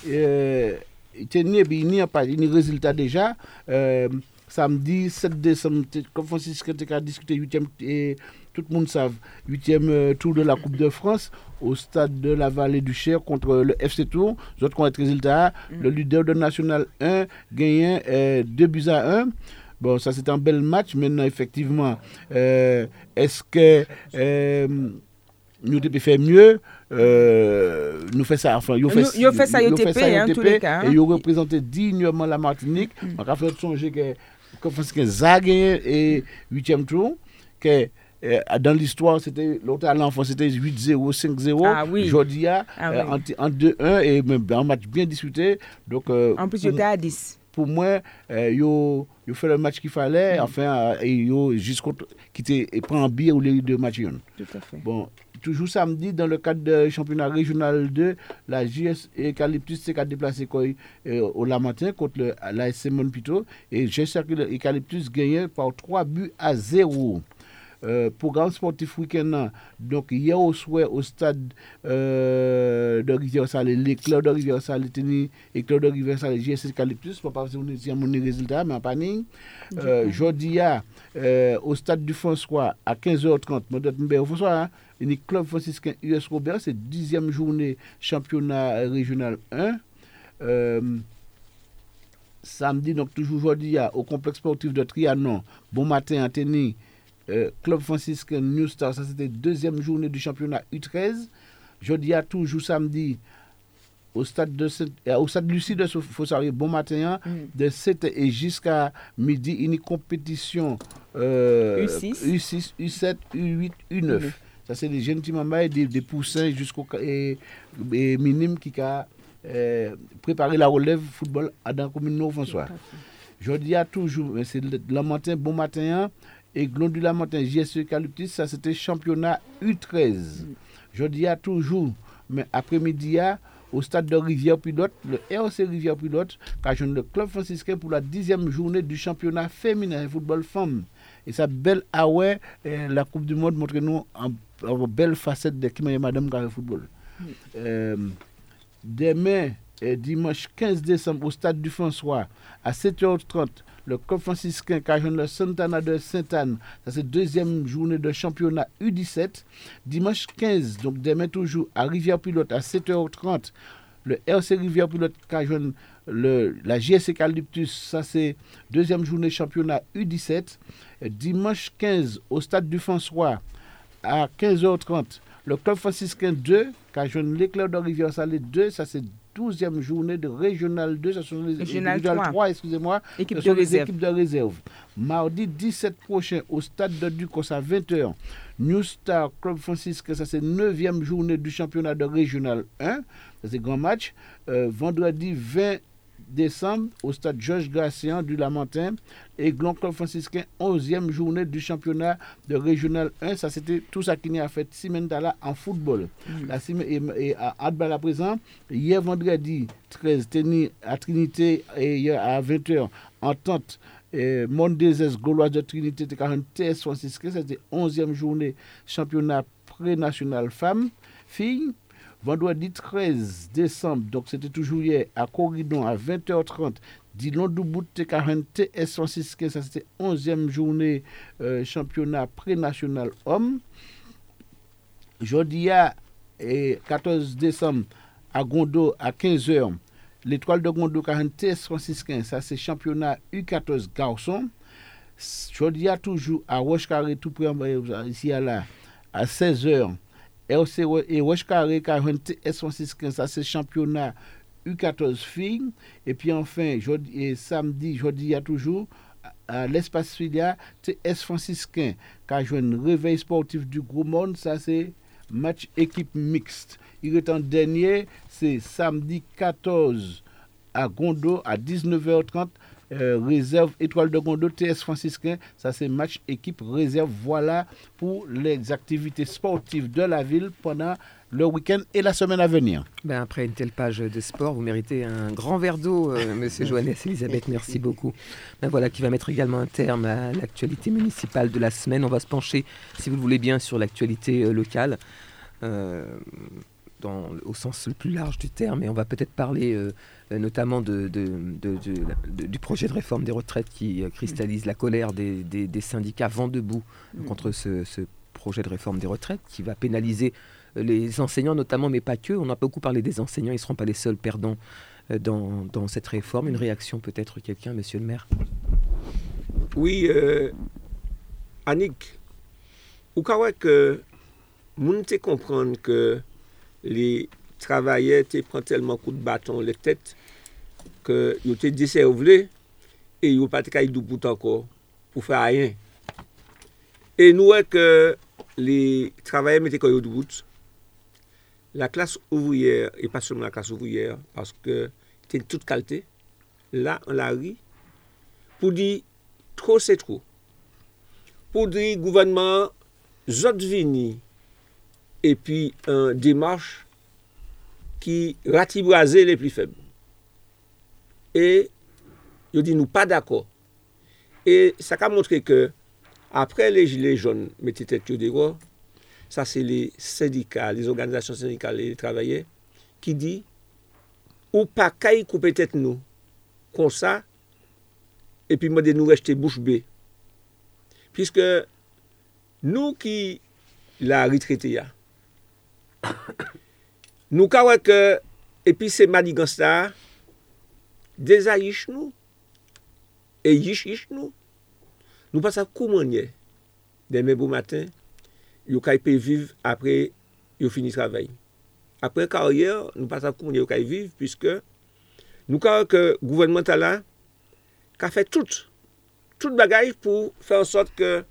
n'y a pas de résultat déjà. Samedi 7 décembre, comme Francis a discuté 8e, et tout le monde savent, 8e tour de la Coupe de France au stade de la Vallée du Cher contre le FC Tours. Nous autres connaissons le résultat. Le leader de National 1 gagnait 2-1. Bon, ça c'est un bel match. Maintenant, effectivement, est-ce que nous devons faire mieux? Nous faisons ça, enfin, nous fait ça UTP, en tous les cas. Et ils représentent dignement la Martinique. On a fait songer que Zag et 8e tour, que dans l'histoire, c'était l'autre à l'enfant, c'était 8-0, 5-0. Ah oui. Aujourd'hui, en 2-1 et même un match bien disputé. Donc, en plus, il était à 10. Pour moi, ils fait le match qu'il fallait, enfin, jusqu'au qui prend un billet ou les deux matchs. Tout à fait. Bon, toujours samedi, dans le cadre du championnat régional 2, la JS Eucalyptus s'est déplacée au Lamentin contre l'AS Monpito et JS Eucalyptus gagnait par 3-0. Programme sportif week-end, donc hier au soir au stade de Rivière-Salée, l'éclair de Rivière-Salée, l'éclair de Rivière-Salée, JS Eucalyptus, pour pas dire mon résultat, mais en panique. Jeudi, au stade du François, à 15h30, au François, le club franciscain US Robert, c'est 10e journée championnat régional 1. Samedi, donc toujours aujourd'hui, au complexe sportif de Trianon, bon matin à tenir. Club franciscain New Star, ça c'était 2e journée du championnat U13. Jeudi à toujours samedi au stade Lucie de Fossarié, bon matin, de 7 et jusqu'à midi, une compétition U6, U7, U8, U9. Ça c'est des jeunes petits mamans, des poussins jusqu'au minime qui a préparé la relève football à dans la commune de François. Jeudi à toujours, c'est le matin, bon matin. Et Glondula Matin, JS Eucalyptus, ça c'était championnat U13. Jeudi à toujours, mais après-midi au stade de Rivière-Pilote, le RC Rivière-Pilote, qui a joué le club franciscain pour la 10e journée du championnat féminin football femme. Et ça belle la Coupe du Monde montre nous en belle facette de qui est madame carré football. Demain, dimanche 15 décembre au stade du François à 7h30. Le club franciscain qui a joué le Santana de Sainte-Anne, ça c'est deuxième journée de championnat U17. Dimanche 15, donc demain toujours, à Rivière-Pilote à 7h30, le RC Rivière-Pilote qui a joué la JS Eucalyptus, ça c'est deuxième journée championnat U17. Dimanche 15, au stade du François, à 15h30, le club franciscain 2, qui a joué l'éclair de Rivière-Salée 2, ça c'est 12e journée de Régional 2, ça sont les Régional 3, excusez-moi, équipe ce sont de les réserve. équipes de réserve. Mardi 17 prochain, au stade de Ducos à 20h, New Star Club Franciscain, ça c'est 9e journée du championnat de Régional 1, ça c'est grand match. Vendredi 20 décembre, au stade Georges Gracian du Lamentin, et Glon Club Franciscain, 11e journée du championnat de Régional 1. Ça, c'était tout ça qui a fait semaine là en football. La semaine et à handball à présent, hier vendredi 13, tennis à Trinité, et hier à 20h, entente Monde des Est Gauloise de Trinité, TS Franciscain, c'était 11e journée championnat pré-national filles. Vendredi 13 décembre, donc c'était toujours hier, à Corridon, à 20h30, Dillon Doubout T40 TS Franciscain, ça c'était 11e journée championnat pré-national homme. Jeudi, 14 décembre, à Gondo, à 15h, l'étoile de Gondo 40 TS Franciscain, ça c'est championnat U14 garçon. Jeudi, toujours à Roche-Carré, tout près ici à 16h. RC et Roche-Carré 40 TS Franciscain, ça c'est championnat U14 filles. Et puis enfin, samedi, jeudi, il y a toujours à l'espace filia TS Franciscain qui a joué un réveil sportif du Gros Monde, ça c'est match équipe mixte. Il est en dernier, c'est samedi 14 à Gondo à 19h30. Réserve Étoile de Gondo, TS Franciscain, ça c'est match équipe réserve. Voilà pour les activités sportives de la ville pendant le week-end et la semaine à venir. Après une telle page de sport, vous méritez un grand verre d'eau, monsieur Joannès Elisabeth, merci beaucoup. Voilà qui va mettre également un terme à l'actualité municipale de la semaine. On va se pencher, si vous le voulez bien, sur l'actualité locale. Au sens le plus large du terme, et on va peut-être parler notamment du projet de réforme des retraites qui cristallise la colère des syndicats vent debout contre ce projet de réforme des retraites qui va pénaliser les enseignants notamment, mais pas que. On a beaucoup parlé des enseignants, ils ne seront pas les seuls perdants dans cette réforme. Une réaction peut-être, quelqu'un, monsieur le maire? Oui, Annick, ou que moun te comprendre que les travailleurs te prennent tellement coup de bâton les têtes que ils te desservent et ils pas de bout encore pour faire rien. Et nous que les travailleurs mettent quoi de bout. La classe ouvrière et pas seulement la classe ouvrière parce que c'est toute qualité là on la rit pour dire trop c'est trop. Pour dire gouvernement zot vini et puis une démarche qui ratibraser les plus faibles. Et je dis nous pas d'accord. Et ça a montré que après les gilets jaunes mettaient tête dehors, ça c'est les syndicats, les organisations syndicales et les travailleurs qui disent ou pas qu'à couper tête nous comme ça et puis moi de nous rester bouche bée. Puisque nous qui la retraité nous croyons que et puis c'est manigance là des aïch nous et yish nous pas à comment nier demain bon matin yo kay peut vivre après yo fini travail après carrière nous pas à comment yo kay vivre puisque nous croyons que gouvernement là qu'a fait toute bagaille pour faire en sorte que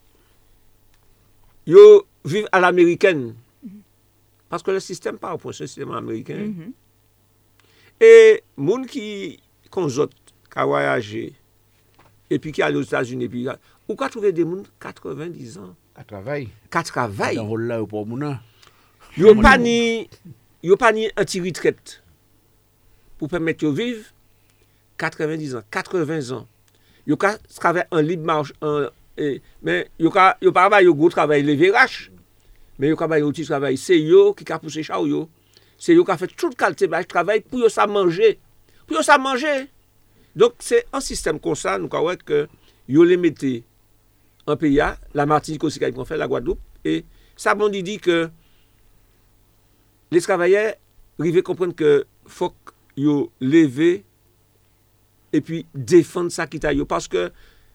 yo vivent à l'américaine. Parce que le système par rapport au système américain. Et moun qui conjoute, qui a voyagé, et puis qui allait aux États-Unis, puis ou qu'a trouvé des moun 90 ans. À travail. Qu'à travail. Dans rôle là pour mouna. Yo pas ni anti-retraite pour permettre de vivre 90 ans, 80 ans. Yo ka travail en libre marche mais yo pas yo gros travail lever rache. Mais yo ka ba yo petit travail, c'est yo qui ka pousser chao yo c'est eux qui ont fait toute qualité de travail pour eux ça manger. Pour eux ça manger. Donc c'est un système comme ça, nous croyons que ils les mettez en pays, la Martinique aussi qu'on fait, la Guadeloupe, et ça bon dit que les travailleurs arrivent à comprendre que faut qu'ils lever et puis défendre ça qui t'a parce que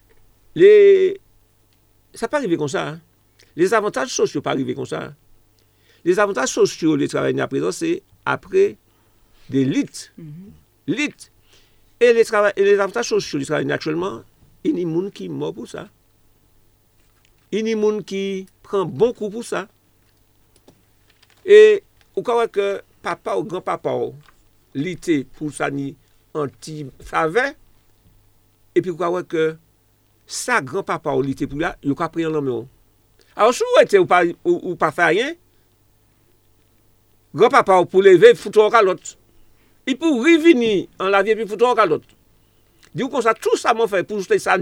ça pas arriver comme ça. Hein. Les avantages sociaux pas arriver comme ça. Hein. Les avantages sociaux les travailleurs à présent c'est après des litres. Litres. Et les avantages sociaux les travailleurs actuellement, il y a des gens qui meurent pour ça. Il y a des gens qui prennent bon coup pour ça. Et au cas que papa ou grand-papa l'été pour ça ni anti-faveur, et puis quoi que ça grand-papa ou l'été pour là, il a pris en l'homme. Alors si vous êtes ou pas faire rien, grand-papa pour lever, foutre en l'autre. Il peut revenir en la vie et puis foutre en l'autre. Du coup, comme ça, tout ça m'a fait pour ça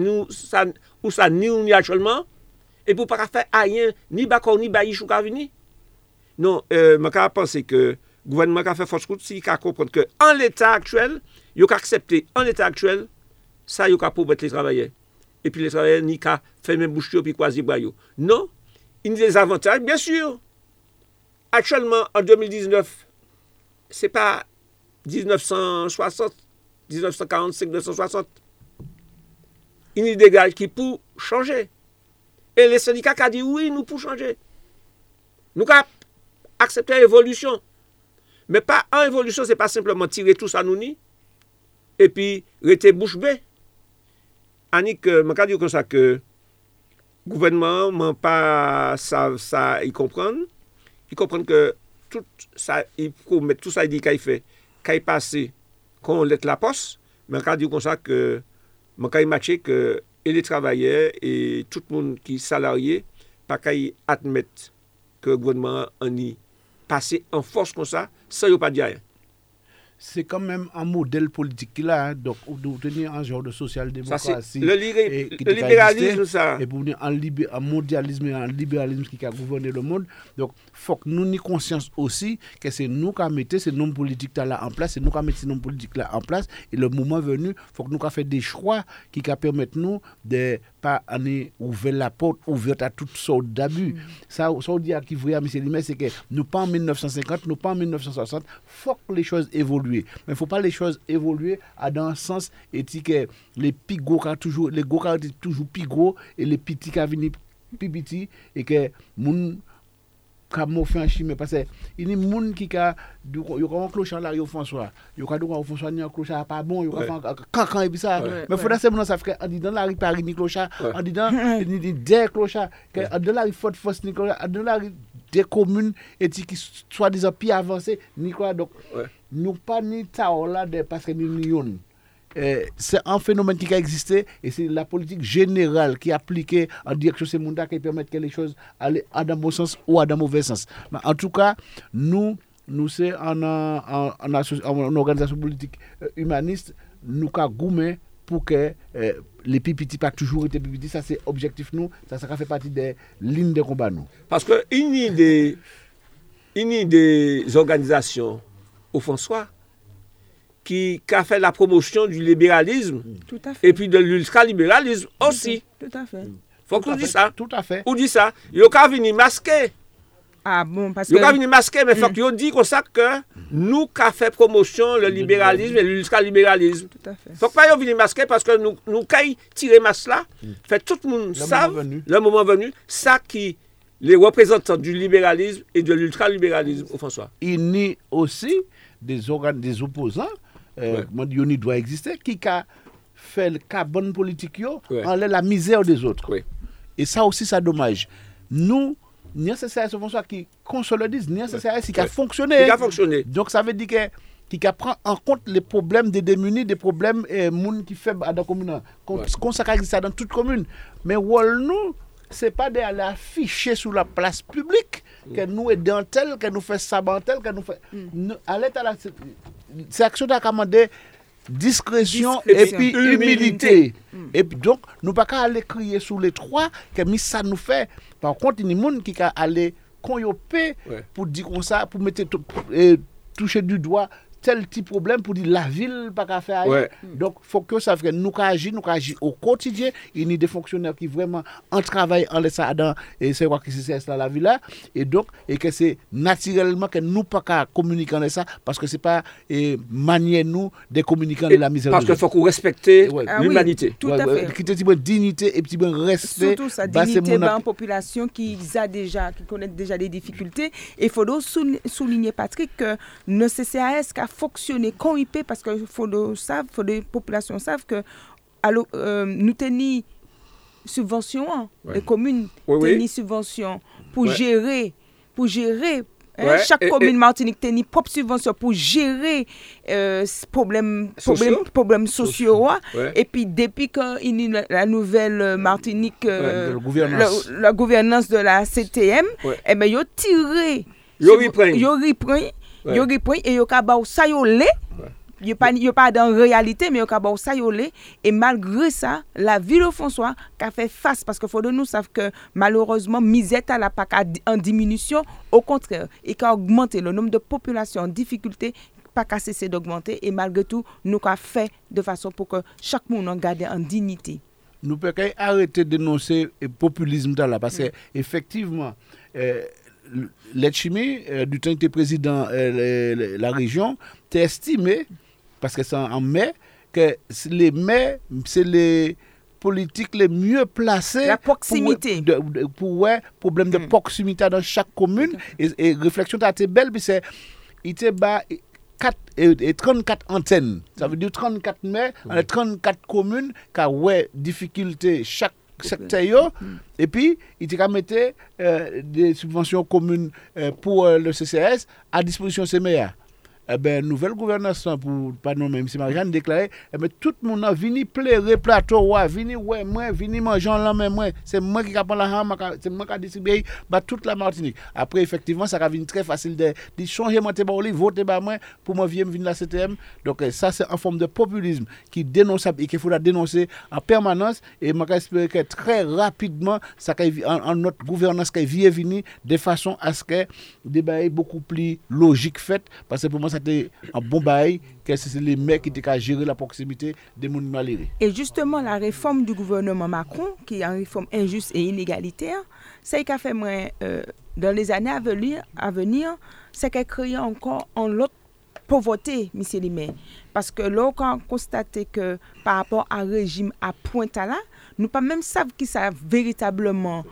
ni actuellement, et pour pas faire rien, ni bakor, ni baïch ou ka venir. Non, je pense que le gouvernement a fait force route s'il a comprendre que en l'état actuel, il a accepté en l'état actuel, ça il a pour mettre les travailleurs. Et puis les travailleurs ni qu'à faire même bouche puis croiser bras. Non, il y a des avantages, bien sûr. Actuellement, en 2019, c'est pas 1960, 1945, 1960. Il y a des gars qui pour changer. Et les syndicats qui ont dit oui, nous pour changer. Nous avons accepté l'évolution. Mais pas en évolution, ce n'est pas simplement tirer tout ça nous ni et puis rester bouche bée. Annick, je vais dire comme ça que le gouvernement pas ça ils comprennent. Ils comprennent que tout ça, il faut mettre tout ça, il dit qu'il fait, qu'il passe, qu'on laisse la poste. Mais je vais dire comme ça que je vais matcher que et les travailleurs et tout le monde qui est salarié, pas qu'ils admettent que le gouvernement en y passé en force comme ça, sans ne pas dire rien. C'est quand même un modèle politique qu'il a, donc de tenir un genre de social-démocratie. Le libéralisme, ça. Et pour venir en mondialisme et en libéralisme qui a gouverné le monde. Donc, il faut que nous ayons conscience aussi que c'est nous qui mettons ces noms politiques là en place, c'est nous qui mettons ces noms politiques là en place. Et le moment venu, il faut que nous fassions des choix qui permettent nous de pas aller ouvrir la porte, ouverte à toutes sortes d'abus. Ça on dit à qui vrai, M. Limet, c'est que nous pas en 1950, nous pas en 1960, il faut que les choses évoluent. Mais il ne faut pas les choses évoluer dans un sens éthique. Les gros toujours plus gros et les petits qui viennent plus petits et que moun comme fait un chimé parce que il y a des gens qui a un clochard là François il y a un François ni un clochard pas bon il y a un cancan et puis ça mais faut d'abord ça fait on dit dans la rue Paris ni clochard on dit dans des clochards dans la rue Fort-Force ni clochard dans la rue des communes et qui soit disant plus avancées ni quoi donc nous pas ni ça là parce que nous c'est un phénomène qui a existé et c'est la politique générale qui est appliquée en direction de ces mondes qui permettent que les choses aillent dans le bon sens ou dans le mauvais sens. Mais en tout cas, nous c'est en organisation politique humaniste, nous avons goûté pour que les pipiti pas toujours été pipiti. Ça c'est objectif nous, ça fait partie des lignes de combat nous. Parce que il y a des organisations au François qui a fait la promotion du libéralisme et puis de l'ultralibéralisme aussi. Tout à fait. Faut qu'on dise ça. Tout à fait. On dit ça. Il faut venir masquer. Ah bon, parce que... Il faut venir masquer, mais il faut qu'on dise comme ça que nous qui fait promotion le libéralisme et l'ultralibéralisme. Tout à fait. Faut pas venir masquer parce que nous qui tirer masque là, fait tout le monde savent le moment venu, ça qui les représentants du libéralisme et de l'ultralibéralisme au François. Il y a aussi des opposants Yoni doit exister, qui a fait le carbone politique en la misère des autres. Oui. Et ça aussi, c'est dommage. Nous, ni CCAS François qui consolidise, ni CCAS qui a fonctionné. Qui a fonctionné. Donc ça veut dire que qui prend en compte les problèmes des démunis, des problèmes moun qui faibles dans la commune. Comme ça existe dans toute commune. Mais nous, c'est pas d'aller afficher sur la place publique que nous aidons tel, que nous faisons sabantel, que nous faisons. C'est action de commander discrétion et puis humilité. Et puis donc, nous ne pouvons pas aller crier sur les trois que ça nous fait. Par contre, il y a des gens qui aller conyoper pour dire comme ça, pour mettre toucher du doigt tel petit problème pour dire la ville pas qu'à faire. Ouais. Donc faut que ça fait nous agir au quotidien. Il y a des fonctionnaires qui vraiment en travail en laissant dans et c'est quoi que c'est ça la ville là et donc et que c'est naturellement que nous pas qu'à communiquer en ça parce que c'est pas manière nous de communiquer de la misère. Parce qu'il faut qu'on respecte l'humanité. Oui, tout à fait. Qui te dit dignité et petit respect. Surtout sa dignité dans une population qui connaît déjà des difficultés. Et il faut souligner, Patrick, que le CCAS a fonctionné comme il peut parce que les populations savent que nous tenons subvention, les communes tenons subvention pour gérer. Chaque commune Martinique a une propre subvention pour gérer problèmes sociaux. Et puis, depuis qu'il y a la nouvelle Martinique, la gouvernance de la CTM, eh bien, ils ont tiré. Ils ont repris et ils ont ça il n'y a pas dans réalité, mais il y a ça et malgré ça, la ville de François a fait face parce qu'il faut de nous savent que malheureusement, misère n'a pas en diminution, au contraire, et qu'a augmenté le nombre de populations en difficulté, pas qu'à cesser d'augmenter et malgré tout, nous avons fait de façon pour que chaque monde en garde en dignité. Nous pouvons arrêter de dénoncer le populisme là parce que effectivement Letchimi, du temps que tu es président de la région, tu as estimé, parce que c'est en mai, que les maires, c'est les politiques les mieux placés. La proximité. Pour problème de proximité dans chaque commune. Et réflexion, tu as été belle, puis c'est, il te bat 34 antennes. Ça veut dire 34 maires, 34 communes, qui ont difficulté chaque secteur et puis il t'a mis des subventions communes pour le CCS à disposition de ces maires. Nouvelle gouvernance pour pas nommer M. Marianne déclaré tout le monde a venu pleurer plateau vini moi vini manger là même moi c'est moi qui prend la ham c'est moi qui distribuer toute la Martinique. Après effectivement ça va venir très facile de changer monter ba voter ba moi pour moi venir la CTM. Donc ça c'est en forme de populisme qui dénonçable et qu'il faudra dénoncer en permanence et moi j'espère que très rapidement ça en notre gouvernance qui vient venir de façon à ce que débat beaucoup plus logique fait parce que pour moi c'était un bon bail que c'est les mecs qui étaient à gérer la proximité des mondes malheureux. Et justement, la réforme du gouvernement Macron, qui est une réforme injuste et inégalitaire, c'est qu'a fait dans les années à venir, c'est qu'elle crée encore en l'autre pauvreté, M. Limé. Parce que là, on a constaté que par rapport à régime à Pointe-à-la, nous pas même savons qui ça véritablement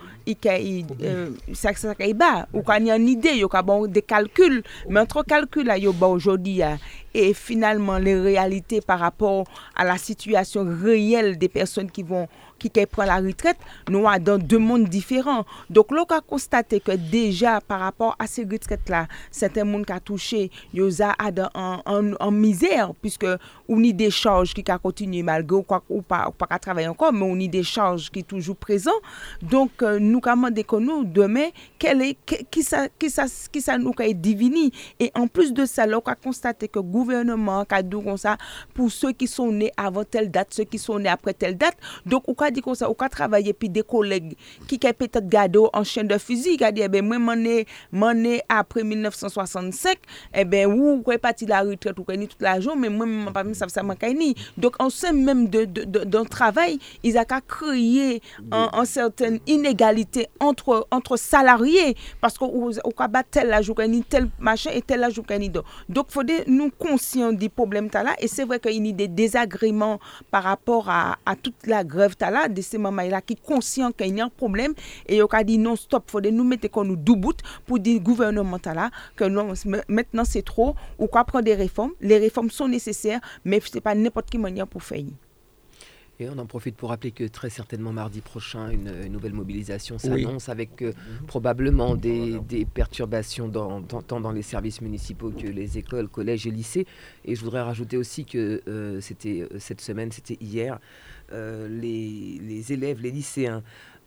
ça bas ou quand il y a une idée il y a des calculs mais entre calculs là aujourd'hui et finalement les réalités par rapport à la situation réelle des personnes qui prennent la retraite, nous sommes dans deux mondes différents. Donc, là, on a constaté que déjà, par rapport à ces retraites-là, certains mondes qui ont touché, ils sont en misère, puisque on a des charges qui continuent malgré ou pas travailler encore, mais on a des charges qui sont toujours présentes. Donc, nous avons demandé que nous, demain, qui ça nous a diviné. Et en plus de ça, là, on a constaté que le gouvernement a dit comme ça, pour ceux qui sont nés avant telle date, ceux qui sont nés après telle date. Donc, on a dit comme ça, on a travaillé puis des collègues qui ont peut-être gardé en chaîne de fusil, qui a dit moi né après 1965, ou parti la retraite ou toute la journée, mais moi pas ça manque ni. Donc en sein même d'un travail, ils ont créé une certaine inégalité entre salariés parce qu'on a battu tel la journée tel machin et tel la journée. Donc faut nous conscients du problème là et c'est vrai qu'il y a des désagréments par rapport à toute la grève là de ces mamans-là qui sont conscients qu'il y a un problème et ils ont dit non, stop, il faut nous mettre comme nous doubout pour dire gouvernement là que non, maintenant c'est trop, ou quoi prendre des réformes. Les réformes sont nécessaires, mais ce n'est pas n'importe quelle manière pour faire. Et on en profite pour rappeler que très certainement mardi prochain, une nouvelle mobilisation s'annonce avec probablement des perturbations tant dans les services municipaux que les écoles, collèges et lycées. Et je voudrais rajouter aussi que c'était cette semaine, c'était hier, les élèves, les lycéens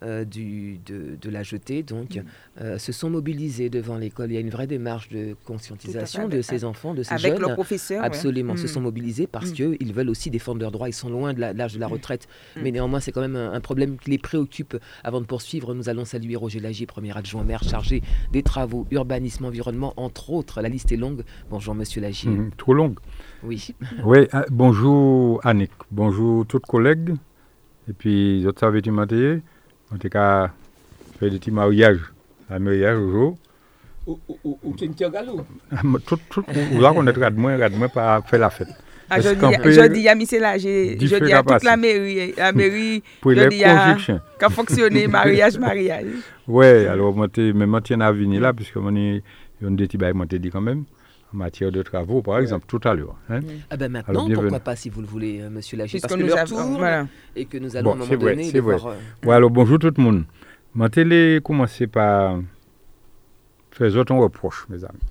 de la jetée, donc, se sont mobilisés devant l'école. Il y a une vraie démarche de conscientisation de ces enfants, de ces jeunes. Avec leurs professeurs. Absolument, se sont mobilisés parce qu'ils veulent aussi défendre leurs droits. Ils sont loin de l'âge de la retraite. Mais néanmoins, c'est quand même un problème qui les préoccupe. Avant de poursuivre, nous allons saluer Roger Lagier, premier adjoint maire chargé des travaux, urbanisme, environnement, entre autres. La liste est longue. Bonjour, monsieur Lagier. Trop longue. Oui. Oui, bonjour Annick, bonjour tous les collègues. Et puis, vous savez, tu m'as dit, on a fait des petits mariages. Un mariage aujourd'hui. Ou tu es un galop. Là, on est de moi pas faire la fête. Je dis à Michel Lagier, je dis à toute la mairie, pour je les dis à constructions. qu'a fonctionné mariage. Oui, alors, moi, je à venir là, puisque moi, il y a des petits bails, moi, je dit quand même. En matière de travaux, par exemple, tout à l'heure. Hein? Ah ben maintenant, alors, pourquoi pas, si vous le voulez, monsieur Lagier, parce que nous l'heure tourne et que nous allons à un moment donné devoir... Ouais, alors bonjour tout le monde. Ma télé commence par faire autant reproche, mes amis.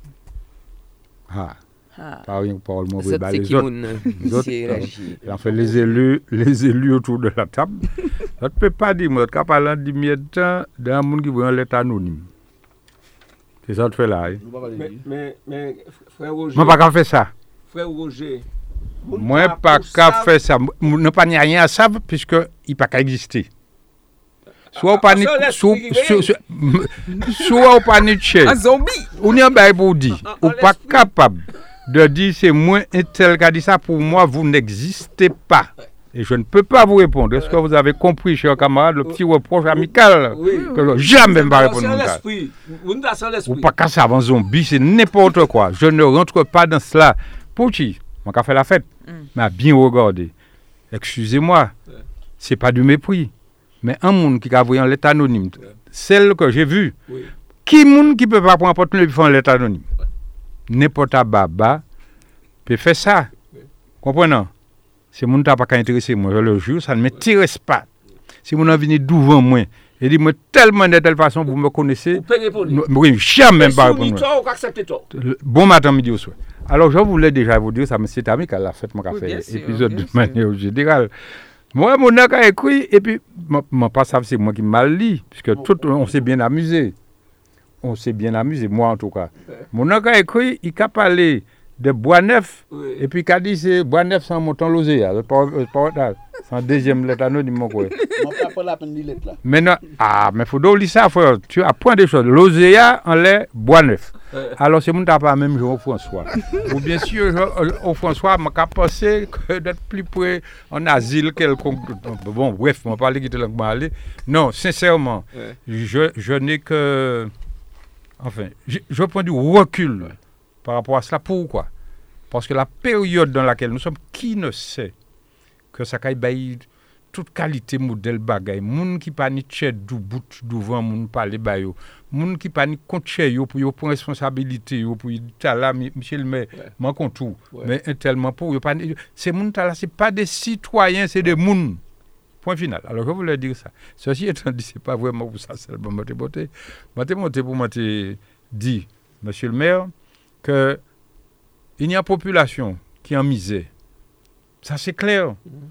Par rien par le mot c'est les autres. En fait, les élus autour de la table. Je ne peux pas dire, moi, je ne peux pas parler de temps d'un monde qui veut un l'état anonyme. C'est ça que tu fais là. Mais frère Roger. Moi, pas qu'à faire ça. Frère Roger. Moi, pas qu'à faire ça. Ne pas rien à ça, puisqu'il n'y a pas qu'à exister. Soit au panique. Soit au panique. Un zombie. Ou n'y a pas pour dire. Ou pas capable de dire c'est moi un tel qui a dit ça. Pour moi, vous n'existez pas. Et je ne peux pas vous répondre. Est-ce que vous avez compris, chers camarades, le petit reproche amical que je jamais ne vais répondre. Ou pas qu'à ça avant zombie, c'est n'importe quoi. Je ne rentre pas dans cela. Pour qui? Moi, qui a fait la fête, m'a bien regardé. Excusez-moi, c'est pas du mépris. Mais un monde qui a vu en l'état anonyme, celle que j'ai vue, qui monde qui peut pas prendre porte le en l'état anonyme? N'importe baba peut faire ça. Comprenez? Si mon n'a pas intéressé moi, je le jure, ça ne m'intéresse pas. Si mon a venu devant moi et dit moi tellement de telle façon vous me connaissez, oui, jamais pas répondre. Bon matin midi au soir. Alors je voulais déjà vous dire ça, mais c'est ami qui a fait mon café épisode de manière générale. Moi mon a écrit et puis mon pas ça c'est moi qui mal lit puisque tout on s'est bien amusé. On s'est bien amusé moi en tout cas. Mon a écrit, il a parlé de Boisneuf, et puis qu'a dit c'est Boisneuf sans montant l'Ozéa. C'est un deuxième lettre anonyme, mon quoi. Maintenant, mais il faut lire ça, frère. Tu apprends des choses. L'Ozéa en l'air Boisneuf. Alors, c'est mon pas même jour au François. Ou bien sûr, au François, je pensé que d'être plus près en asile quelconque. Bon, bref, je ne vais pas parler qui te l'a parlé. Non, sincèrement, je n'ai que. Enfin, je prends du recul. Par rapport à cela, pourquoi? Parce que la période dans laquelle nous sommes, qui ne sait que ça caille toute qualité modèle bagay, moun qui pas ni tchè du bout devant moun parler ba yo, moun qui pas ni compte yo pour yo prendre responsabilité yo pour ta là Michel mais man compte tout, mais tellement pour yo pas c'est moun ta là c'est pas des citoyens, c'est des moun. Point final. Alors je voulais dire ça. Ceci étant dit, c'est pas vraiment pour ça seulement monter pour monter dit monsieur le maire que il y a une population qui est en misère. Ça, c'est clair.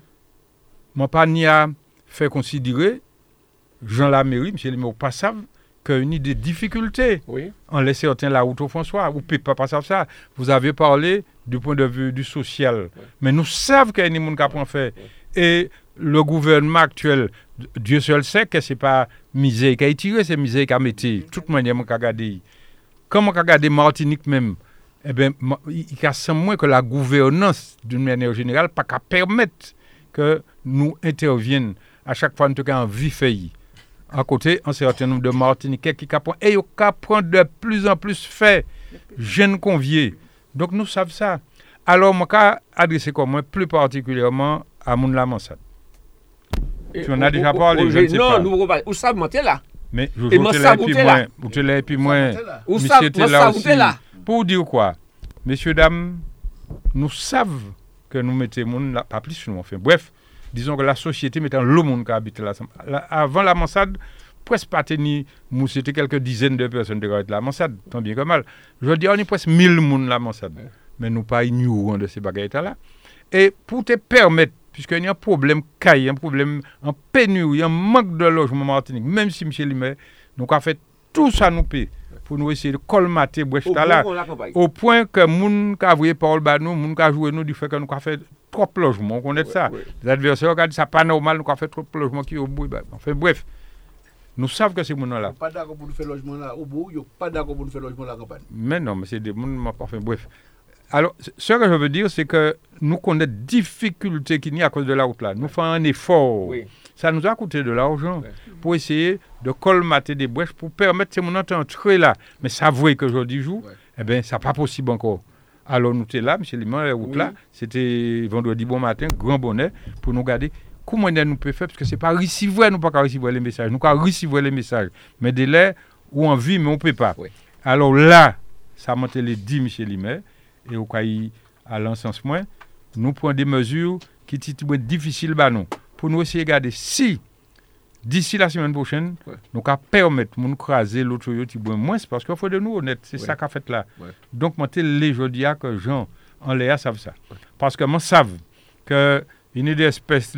Moi, pas ni à faire considérer, Jean la mairie, monsieur le maire, pas savent qu'il y a des difficultés en laissant certains la route au François. Vous ne pouvez pas savoir ça. Vous avez parlé du point de vue du social. Mais nous savons qu'il y a des gens qui apprennent à faire. Et le gouvernement actuel, Dieu seul sait que ce n'est pas misère qui a tiré, c'est misère qui a mis. Toute manière, je vais regarder. Comment regarder Martinique même, eh bien, il y a sans moins que la gouvernance, d'une manière générale, pas qu'à permettre que nous interviennent à chaque fois, en tout cas, en vie faillie. À côté, un certain nombre de Martiniquais qui apprennent, et ils apprennent de plus en plus fait, jeunes conviés. Donc, nous savons ça. Alors, moi, je adresser comme moi, plus particulièrement à Moun la Mansade. Tu en as déjà parlé, je ne sais pas. Non, nous où ça monter là. Mais je vous et puis moi, monsieur était là aussi. Pour dire quoi? Messieurs, dames, nous savons que nous mettons monde là, pas plus nous enfin. Bref, disons que la société mettant le monde qui habite là. Avant la Mansade, presque pas c'était quelques dizaines de personnes qui étaient la Mansade, tant bien que mal. Je veux dire, on est presque 1000 monde la Mansade. Mais nous pas ignorants de ces bagailles là. Et pour te permettre, puisqu'il y a un problème caille, un problème en pénurie, un manque de logement en Martinique, même si M. Limet, nous avons fait tout ça nous paye pour nous essayer de colmater brèche là, au point que moun ka voyer parole ba nous, moun ka jouer nous du fait que nous avons fait trop de logements, on connaît ça. Les adversaires ont dit ça pas normal, nous avons fait trop de logements qui au bout. Enfin bref, nous savons que c'est moun là. Pas d'accord pour nous faire logement là au bout, yo pas d'accord pour nous faire logement là campagne. Mais non, mais c'est des moun enfin bref. Alors, ce que je veux dire, c'est que nous connaissons des difficultés qu'il y a à cause de la route là. Nous faisons un effort. Oui. Ça nous a coûté de l'argent pour essayer de colmater des brèches pour permettre ces gens d'entrer là. Mais ça voit qu'aujourd'hui jour, eh bien, ça n'est pas possible encore. Alors, nous sommes là, M. Liman, la route là, c'était vendredi bon matin, grand bonnet, pour nous regarder comment nous pouvons faire, parce que ce n'est pas recevoir, nous ne pouvons pas recevoir les messages. Nous pouvons recevoir les messages, mais des là où on vit, mais on ne peut pas. Oui. Alors là, ça m'a dit, M. Liman, et au cas à l'encensement, nous prenons des mesures qui sont difficiles pour nous essayer de regarder si d'ici la semaine prochaine, nous allons permettre de craser l'autre moins, parce qu'il faut de nous honnêtes, c'est ça qu'a fait là. Donc, moi, les jeudi que Jean en Léa savent ça. Parce que moi, savent qu'il y a des espèces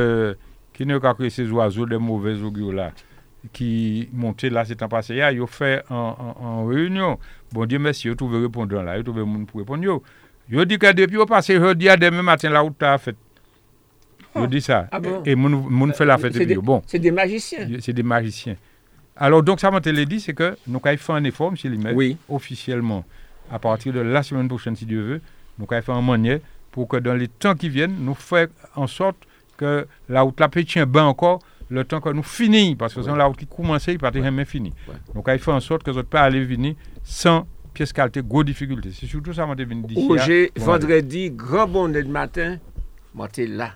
qui ne créent ces oiseaux, des mauvais oiseaux là, qui montaient là, c'est en passé, ils ont fait en réunion. Bon Dieu merci, ils ont trouvé répondant là, ils ont trouvé monde pour répondre. Ils ont dit que depuis au passé, jeudi à demain matin, là où tu as fait. Ils dit ça. Ah bon? Et moun fait la fête. Bon. C'est des magiciens. C'est des magiciens. Alors, donc, ça m'a dit, c'est que nous avons fait un effort, M. Limet, officiellement, à partir de la semaine prochaine, si Dieu veut, nous avons fait un manière pour que dans les temps qui viennent, nous fassions en sorte que la route la peut tient bien encore le temps que nous finissons. Parce que la route qui commençait, il ne peut jamais finir. Donc, il faut en sorte que vous ne pas aller venir sans pièce qualité, gros difficultés. C'est surtout ça, moi, je viens d'ici. J'ai vendredi, grand bonnet de matin, moi, j'étais là.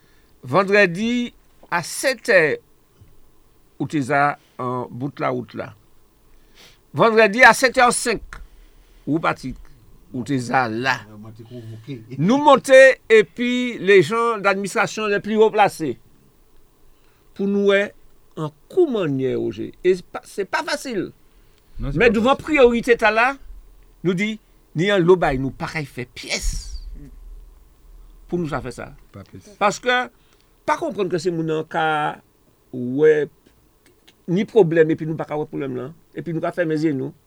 Vendredi, à 7h, où tu es en bout de la route là. Vendredi, à 7h05, où parti, où tu es là. Nous montons, et puis les gens d'administration les plus haut placés. Pour nous, un coup manière, Roger. Et c'est pas facile. Non, mais devant facile. Priorité, là, nous dit, ni un lobby, nous pareil fait pièce. Pour nous, ça fait ça. Parce que, pas comprendre que c'est mon cas, ouais, ni problème, et puis nous pas avoir problème là. Et puis nous pas faire mes yeux, nous.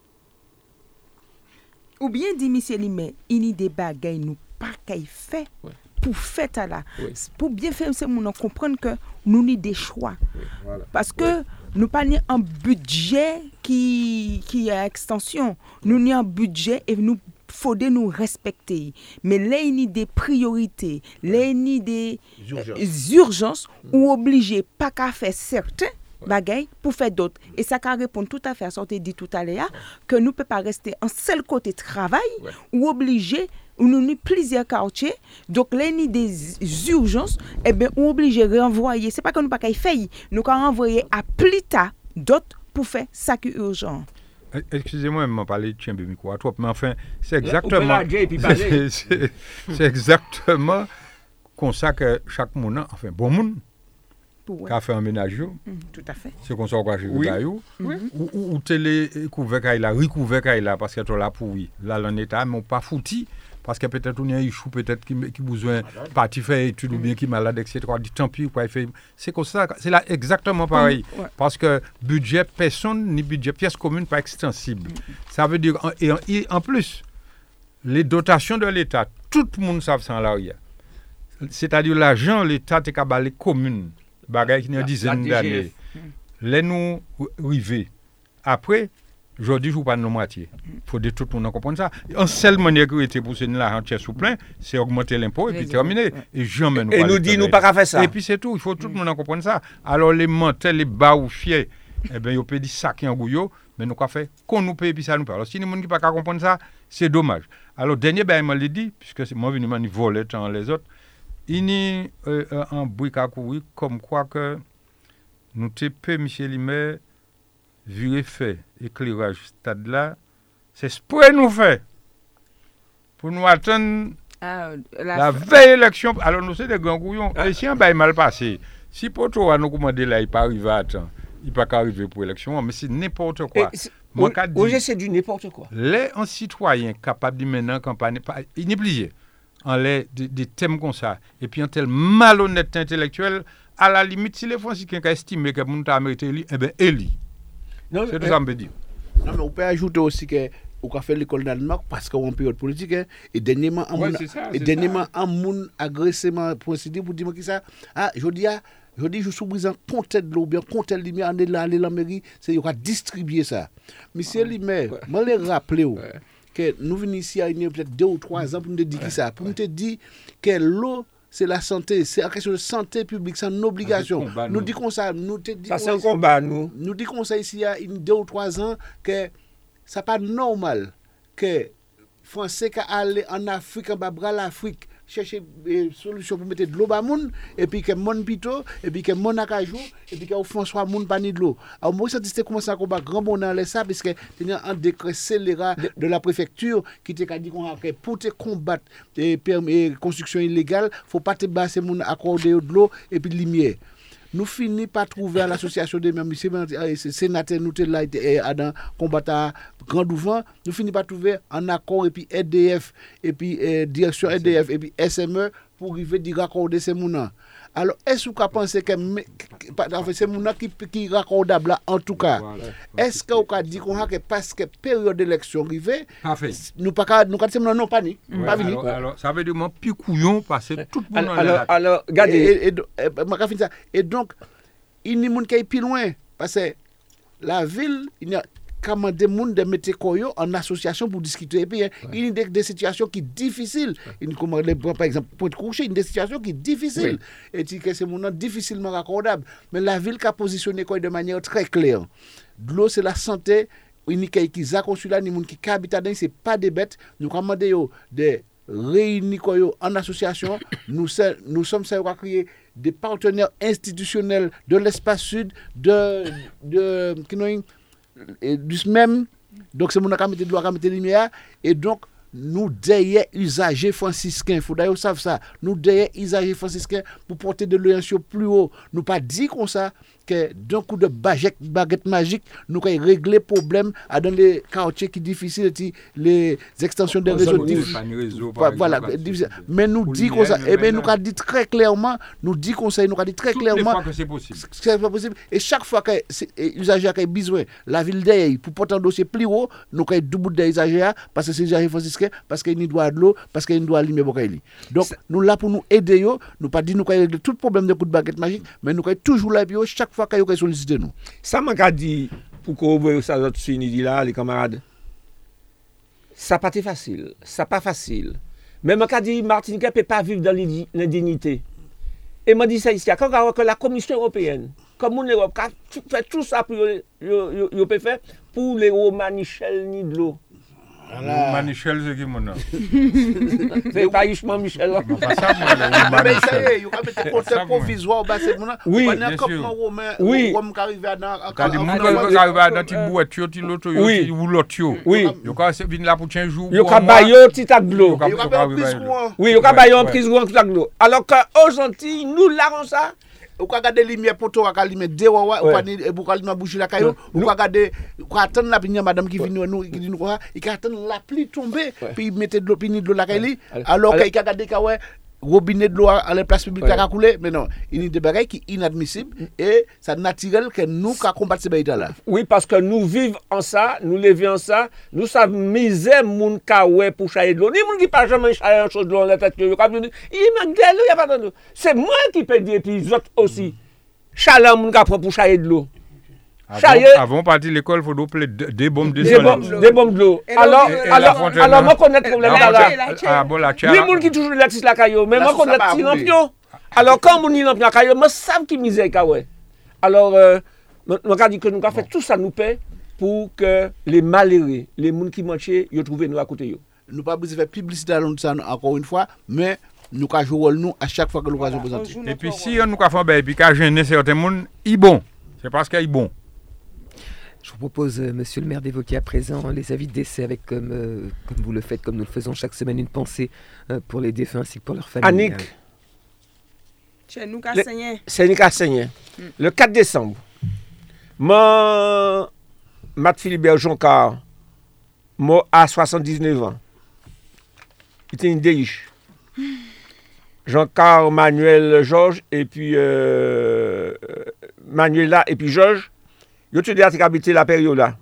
Ou bien dit, M. Limet, il y a des bagailles, nous pas qu'à fait. Pour faire ça là. Pour bien faire, c'est mon comprendre que nous avons des choix. Parce que nous pas un budget qui est à extension. Nous avons un budget et nous faut nous respecter. Mais là, il y a des priorités, là, il y a des urgences ou obligés pas qu'à faire certains bagailles pour faire d'autres. Et ça can répondre tout à fait à ce que dit tout à l'heure, que nous ne pouvons pas rester en seul côté travail ou obligés, ou nous avons plusieurs quartiers. Donc là, il y a des urgences, et bien, on est obligé de renvoyer. Ce n'est pas que nous ne pouvons pas faire, nous pouvons renvoyer à plus tard d'autres pour faire ça qui est urgent. Excusez-moi, je m'en parlais de Tchembe micro à toi, mais enfin, c'est exactement. C'est exactement comme ça que chaque monde, enfin, bon monde, qui a fait un ménage. Tout à fait. C'est comme ça qu'on a joué. Ou télé couvert là, recouvert là, parce que tu là pour oui. Là, l'en état, mais pas foutu. Parce que peut-être on y a un issue, peut-être qui besoin de partir faire études ou bien qui est malade, etc. Dit tant pis, quoi, c'est comme ça, c'est là exactement pareil. Parce que budget personne, ni budget pièce commune, pas extensible. Ça veut dire, et en plus, les dotations de l'État, tout le monde sait ça en l'arrière. C'est-à-dire l'argent, l'État est capable les communes, bagaille qui a une dizaine d'années. Les nous arrivés. Après, aujourd'hui, je ne vous parle pas de moitié. Il faut que tout le monde comprenne ça. En seule manière qui était pour se la rentière sous plein, c'est augmenter l'impôt et puis terminer. Et jamais nous. Et nous dit, nous pas faire ça. Et puis c'est tout. Il faut que tout le monde comprenne ça. Alors les mentels, les bas ou fiers, eh bien, ils peuvent dire ça qui est en gouillot, mais nous avons fait qu'on nous paye et puis ça nous parle. Alors si les gens qui ne peuvent pas comprendre ça, c'est dommage. Alors, dernier, ben, il m'a dit, puisque c'est moi venu m'en voler tant les autres, il y a un bruit à courir comme quoi que nous t'épais, Michel Limet, vu les faits, éclairage stade là, c'est ce que nous fait pour nous attendre la veille élection. Alors nous sommes des grands couillons. Et si un bail mal passé, si Poto a nous commandé là, il pas arrivé à temps, il pas arriver pour l'élection, mais c'est n'importe quoi. Aujourd'hui, c'est du n'importe quoi. Les citoyens capables de mener en campagne, il n'est plié. en l'air des thèmes comme ça, et puis en telle malhonnêteté intellectuelle, à la limite, si les franciscains estiment que moun ta mérité éli, eh bien, éli. C'est tout ça que je veux dire. Non, mais on peut ajouter aussi que on a fait l'école Danemark parce qu'on est en période politique et dernièrement un monde agressément procédé pour dire que ça je dis je suis brisant compter de l'eau bien compter de lumière aller la mairie c'est il va distribuer ça monsieur Limer moi les rappeler que nous venons ici il y a peut-être 2 ou 3 ans pour nous dire ça pour nous dire que l'eau c'est la santé, c'est la question de santé publique, c'est une obligation. Nous disons ça, ça c'est un combat, nous. Nous disons ça ici il y a 2 ou 3 ans que ça pas normal que Français qui aller en Afrique, en bas l'Afrique, chercher solution pour mettre de l'eau bas moun et puis que mon pito et puis que mon akajou et puis que François moun pas ni de l'eau. Alors moi ça dit commencer à combattre grand bon dans les ça parce que il y a un décret scélérat de la préfecture qui te dit qu'on que pour te combattre et construction illégale, faut pas te basser moun accorder de l'eau et puis de lumière. Nous finissons par trouver à l'association des membres, sénateur, nous sommes là dans combattre Grand Ouvant, nous finissons par trouver un accord et puis EDF, et puis direction EDF, et puis SME pour arriver à raccorder ces mounans. Alors, est-ce que vous pensez que c'est mounans qui raccordable là, en tout cas? Est-ce que vous avez dit que parce que période d'élection arrivée, nous ne non pas ni, pas venir. Alors, ça veut dire que plus couillon parce que tout le monde alors, regardez. Et donc, il n'y a pas de qui plus loin. Parce que la ville, il y a comment des gens de mettre en association pour discuter. Et puis, il y a des situations qui sont difficiles. Par exemple, pour être couché, il y a des situations qui sont difficiles. Et que c'est difficilement raccordables. Mais la ville qui a positionné de manière très claire. De l'eau, c'est la santé. Il y a des gens qui sont là, des gens qui habitent là, ce n'est pas des bêtes. Nous demandons de réunir en association. Nous sommes à créer des partenaires institutionnels de l'espace sud, du même, donc c'est mon acamité de la lumière, et donc nous derrière usagers franciscains, il faut d'ailleurs savoir ça, nous derrière usagers franciscains pour porter de l'orientation plus haut, nous pas dit comme ça que d'un coup de baguette magique, nous allons régler le problème dans les quartiers qui sont difficiles, les extensions des réseaux difficiles. Voilà, mais nous dit comme ça, et bien nous avons dit très clairement, nous dit conseil, nous avons dit très clairement que c'est possible. C'est pas possible. Et chaque fois que l'usager a besoin, la ville derrière, pour porter un dossier plus haut, nous avons double des usagers parce que c'est usagers franciscains, parce qu'il doit de l'eau, parce qu'il doit allumer beaucoup. Donc, nous là pour nous aider, nous pas dit nous avons régler tout problème de coup de baguette magique, mais nous sommes toujours là, chaque fois qu'il y a sollicité nous. Ça m'a dit, pour que ça soit fini là, les camarades, ça n'a pas été facile, ça pas facile. Mais m'a dit, Martinique ne peut pas vivre dans l'indignité. Et m'a dit ça ici, quand la Commission européenne, comme l'Europe, fait tout ça pour faire pour les Romanichel ni de l'eau. Manichel, c'est qui mon nom? C'est pas Ishmael Michel. Mais ça y est, il y a des conseils provisoires. Oui, bien sûr. Oui. Comme arrivé à quand il arrive à notre boîte, il l'autre, il ou l'autre. Oui. Il y a venir là pour 15 jours. Il y a baillé petit tac de l'eau. Il y a oui, il y a baillé un prise de tac de l'eau. Alors qu'aux Antilles, nous l'avons ça. Ou ka gade lumière poto ka lumière dewa ou pas ni pour ka lumière boucher la caillou ou ka gade ou attendre la pinya madame qui vient nous qui dit nous quoi il ka attendre la pluie tomber puis mettre de l'eau pini de l'eau la caillou alors qu'il ka gade ka ouais robinet de l'eau à la place publique a couler mais non il y a des bagages qui inadmissibles et c'est naturel que nous ka combattre ces bagages là. Oui parce que nous vivons en ça, nous levons en ça, nous savons misère moun ka ouais pour chailler de l'eau. Ni moun qui pas jamais chailler en chose de l'eau la tête il m'a dit il y a pas de l'eau. C'est moi qui paye et puis les autres aussi. Chaleur moun ka pour chailler de l'eau. Avant partir l'école, il faut doper des bombes de soleil. Des bombes de l'eau. Alors, moi, connais le problème là. Les gens qui toujours l'électricité la caillou, mais moi, connais le lampion. Alors, quand on dit lampion la caillou, moi, je sais qui misère caillou. Alors, je dis que nous avons fait tout ça, nous paie pour que les malheureux, les gens qui mangent, ils trouvent nous à côté. Nous pas besoin de faire publicité à ça encore une fois, mais nous avons joué nous à chaque fois que nous avons présenté. Et puis, si nous avons fait, et puis, quand gêner certains gens, ils bon. C'est parce qu'ils sont bons. Je vous propose, monsieur le maire, d'évoquer à présent les avis de décès avec, comme vous le faites, comme nous le faisons chaque semaine, une pensée pour les défunts ainsi que pour leurs familles. Annick. C'est nous qui saigné. C'est nous qui saigné. Le 4 décembre, Matt Philibert Joncard, mort à 79 ans. Il était une déliche. Jean-Carl, Manuel, Georges, et puis Manuela, et puis Georges, ils ont tous habité la période là.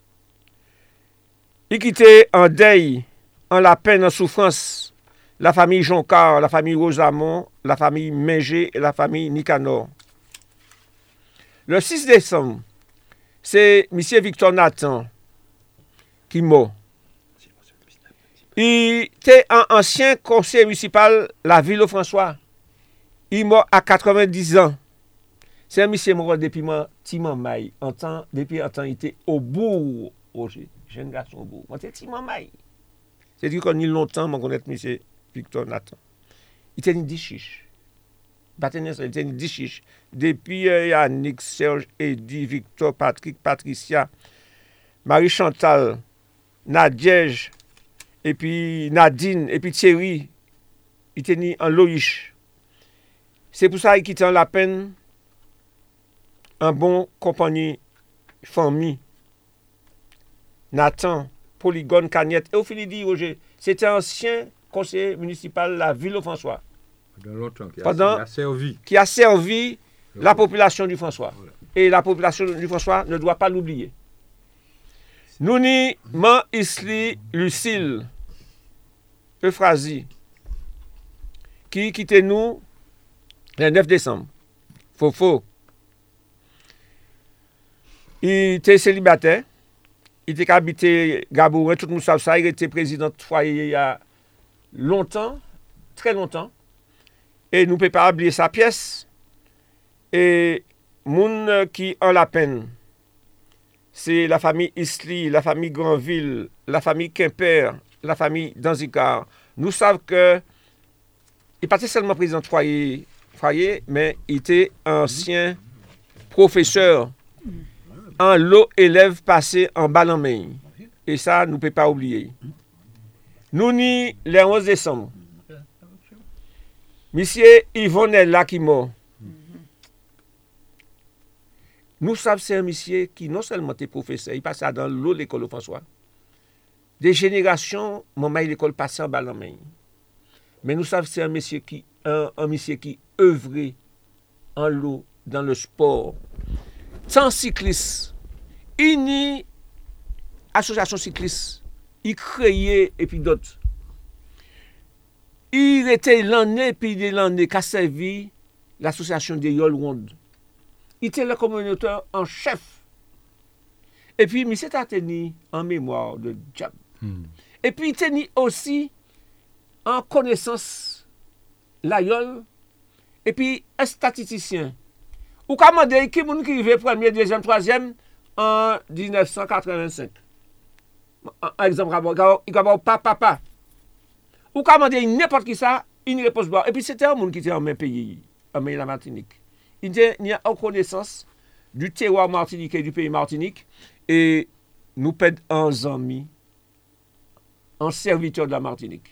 Ils quittaient en deuil, en la peine, en souffrance, la famille Joncar, la famille Rosamond, la famille Mengé et la famille Nicanor. Le 6 décembre, c'est M. Victor Nathan qui est mort. Il était un ancien conseiller municipal la ville de François. Il est mort à 90 ans. C'est un monsieur mort depuis Timon Maï. Depuis un temps, il était au bourg, Roger. Jeune garçon au bourg. Moi, c'était Timon Maï. C'est-à-dire qu'on a longtemps, je connais M. Victor Nathan. Il était une dichiche. Il était une dichiche. Depuis Yannick, Serge, Eddy, Victor, Patrick, Patricia, Marie-Chantal, Nadège, et puis Nadine, et puis Thierry, il était en Loïch. C'est pour ça qu'il était en la peine, un bon compagnie, famille, Nathan, Polygone, Cagnette, et au fil dit, Roger, c'était un ancien conseiller municipal de la ville de François. Qui a servi la population du François. Voilà. Et la population du François ne doit pas l'oublier. Nous ni Man Isli Lucille Euphrasie qui quittait nous le 9 décembre. Fofo. Il était célibataire. Il était habité Gabourin, tout le monde savait ça. Il était président de foyer il y a longtemps, très longtemps. Et nous ne pouvons pas oublier sa pièce. Et moun qui ont la peine, c'est la famille Isli, la famille Granville, la famille Quimper, la famille Danzicar. Nous savons que il n'est pas seulement président de foyer, mais il était ancien professeur, un lot élève passé en bas en main. Et ça, nous ne pouvons pas oublier. Nous ni le 11 décembre. Monsieur Yvonne là qui mort. Nous savons que c'est un monsieur qui non seulement était professeur, il passait dans l'eau de l'école François. Des générations, maman l'école passait en bas en main. Mais nous savons que c'est un monsieur qui œuvrait en l'eau, dans le sport. Sans cycliste, il n'y association cycliste, il créait et puis d'autres. Il était l'année, puis l'année qu'a servi l'association des Yolwand. Il était le communautaire en chef. Et puis, il s'est tenu en mémoire de Diab. Et puis, il tenu aussi en connaissance la Yol. Et puis, un statisticien. Ou comment dire, qui est-ce qui arrive premier, deuxième, troisième en 1985? Un exemple, il va avoir papa. Ou comment dire, n'importe qui ça, il n'y répond pas. Et puis c'était un monde qui était en même pays, en même la Martinique. Il n'y a aucune connaissance du terroir martiniquais, du pays Martinique. Et nous perdons un ami, un serviteur de la Martinique.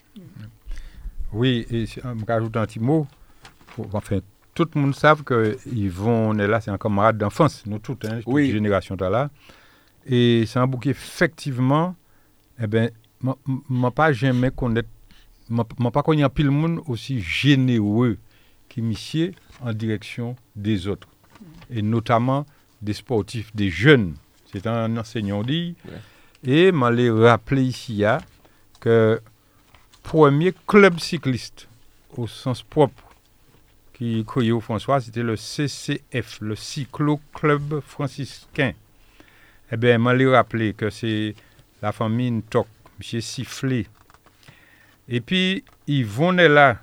Oui, et je rajoute un petit mot. Enfin, tout le monde sait que Yvon est là, c'est un camarade d'enfance, nous toutes, toute génération là. Et c'est un bouquet, effectivement, eh bien, je ne pas jamais connaître. Je ne pas connais pile monde aussi généreux qui monsieur en direction des autres. Et notamment des sportifs, des jeunes. C'est un enseignant dit. Ouais. Et je l'ai rappelé ici que premier club cycliste au sens propre qui créé au François, c'était le CCF, le Cyclo Club franciscain. Eh bien, je l'ai rappelé que c'est la famille Ntok, M. Sifflé. Et puis, Yvonne est là.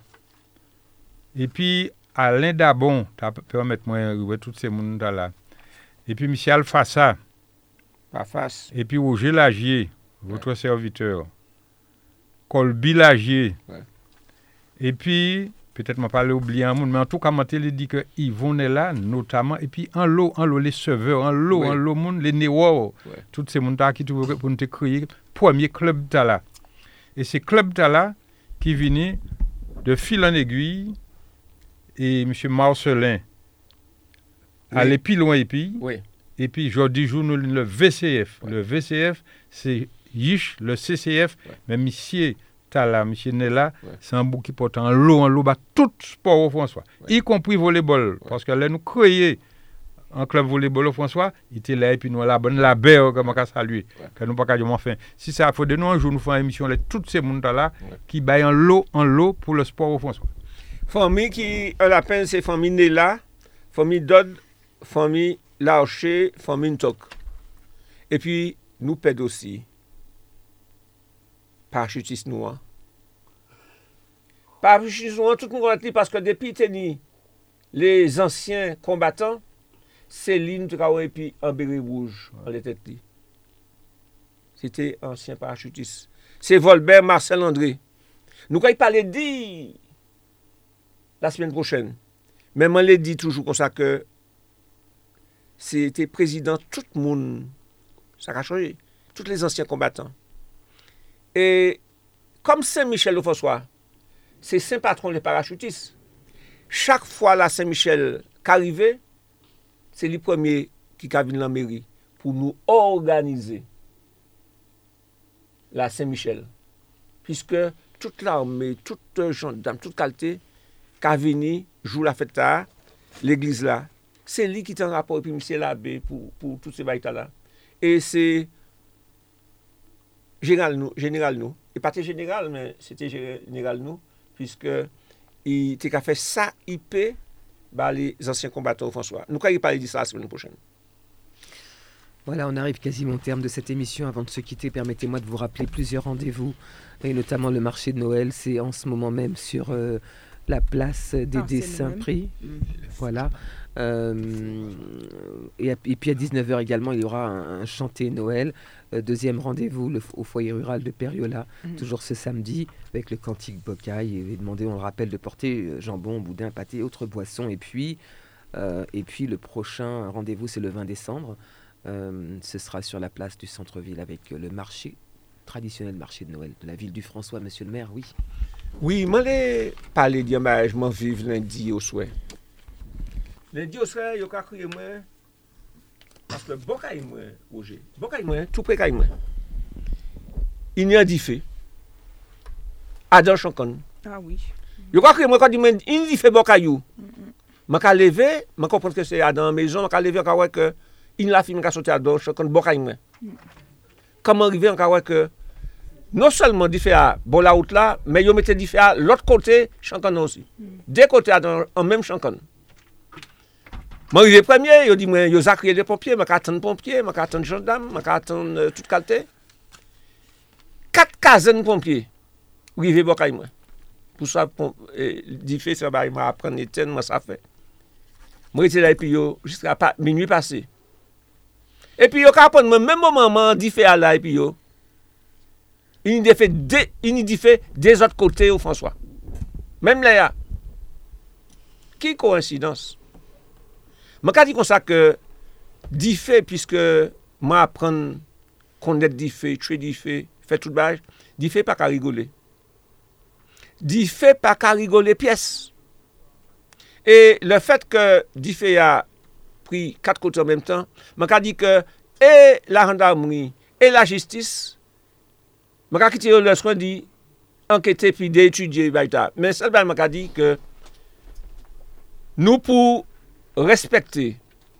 Et puis, Alain Dabon, permettez-moi, tous ces gens là. Et puis, Michel Alfassa. Et puis, Roger Lagier, votre serviteur. Colby Lagier. Ouais. Et puis, peut-être je ne vais pas oublier un monde, mais en tout cas, je dit que Yvonne est là, notamment. Et puis, en l'eau, les serveurs, en l'eau, monde, les néo, tous ces gens qui pour nous créer premier club là. Et c'est club là qui venait de fil en aiguille et M. Marcelin allait plus loin et puis aujourd'hui joue le VCF. Le VCF c'est Yish, le CCF, mais monsieur là, monsieur Nella, c'est un bout qui porte en l'eau, bah, tout sport au François, y compris volleyball. Parce que là, nous créons un club volleyball au François, il était là, et puis nous, la bonne la baie, comme on a salué, que nous pas qu'à dire, enfin, si ça faut de nous, un jour, nous faisons une émission, là, toutes ces gens-là, qui baillent en l'eau pour le sport au François. Famille qui, à la peine, c'est famille Nella, famille Dodd, famille Larcher, famille Ntok. Et puis, nous pèdons aussi parachutistes noirs. Parachutistes noirs, tout le monde a dit parce que depuis les anciens combattants, Céline Traoré et puis un béret rouge en les têtes. C'était ancien parachutiste. C'est Volbert Marcel André. Nous quand il parlait dit la semaine prochaine. Mais on l'a dit toujours comme ça que c'était président tout le monde. Ça a changé. Tous les anciens combattants. Et comme Saint-Michel au François, c'est saint patron des parachutistes. Chaque fois la Saint-Michel qu'arrivait, c'est le premier qui vient dans la mairie pour nous organiser la Saint-Michel. Puisque toute l'armée, toute gendarme, toute qualité, qui vient jouer la fête là, l'église là, c'est lui qui est en rapport avec M. l'abbé pour tous ces bails là. Et c'est général nous. Et pas général, mais c'était général nous, puisque il était fait ça IP bah, les anciens combattants François. Nous allons parler de ça la semaine prochaine. Voilà, on arrive quasiment au terme de cette émission. Avant de se quitter, permettez-moi de vous rappeler plusieurs rendez-vous, et notamment le marché de Noël. C'est en ce moment même sur la place des Dessins-Prix. Voilà. Et puis à 19h également, il y aura un chanté Noël. Deuxième rendez-vous au foyer rural de Périola, toujours ce samedi, avec le cantique Bocaille. Et demander, on le rappelle, de porter jambon, boudin, pâté, autres boissons. Et puis le prochain rendez-vous, c'est le 20 décembre. Ce sera sur la place du centre-ville avec le traditionnel marché de Noël de la ville du François. Monsieur le maire, oui. Oui, moi, je parler de je m'en vive lundi au soir. Lundi au soir, je vais crier moi. Parce que Bocaille moi, Roger. Bocaille moi, tout près de moi. Il y a dit fait. Adam Chancon. Ah oui. Je crois que moi, quand il dit fait Bocaillou, je vais lever, je comprends que c'est Adam maison, je vais lever encore que il l'a fait, je sorti Adam Chancon, Bocaille moi. Comment arriver encore que non seulement il fait à bon la route là, mais il mettait fait à l'autre côté, Chancon aussi. Deux côtés en même Chancon. Moi, il est premier, il dit, moi, il a crié des pompiers, je vais attendre pompiers, je vais attendre gendarmes, je vais attendre toute qualité. 4 casernes pompiers, arrivé Bocaille moi. Pour ça, il fait ça, il m'a appris Étienne, moi ça fait. Moi, j'étais là, et puis jusqu'à minuit passé. Et puis, quand même moment, il fait là, et puis il fait des autres côtés au François. Même là, qui coïncidence? Je dis comme ça que Diffé, puisque moi apprends connaître Diffé, tuer Diffé, faire tout le bagage, Diffé pas qu'à rigoler. Diffé pas qu'à rigoler pièce. Et le fait que Diffé a pris 4 côtés en même temps, je dis que et la gendarmerie et la justice, je quitter le soin dit enquêter puis d'étudier. Mais seulement je dis que nous pour respecter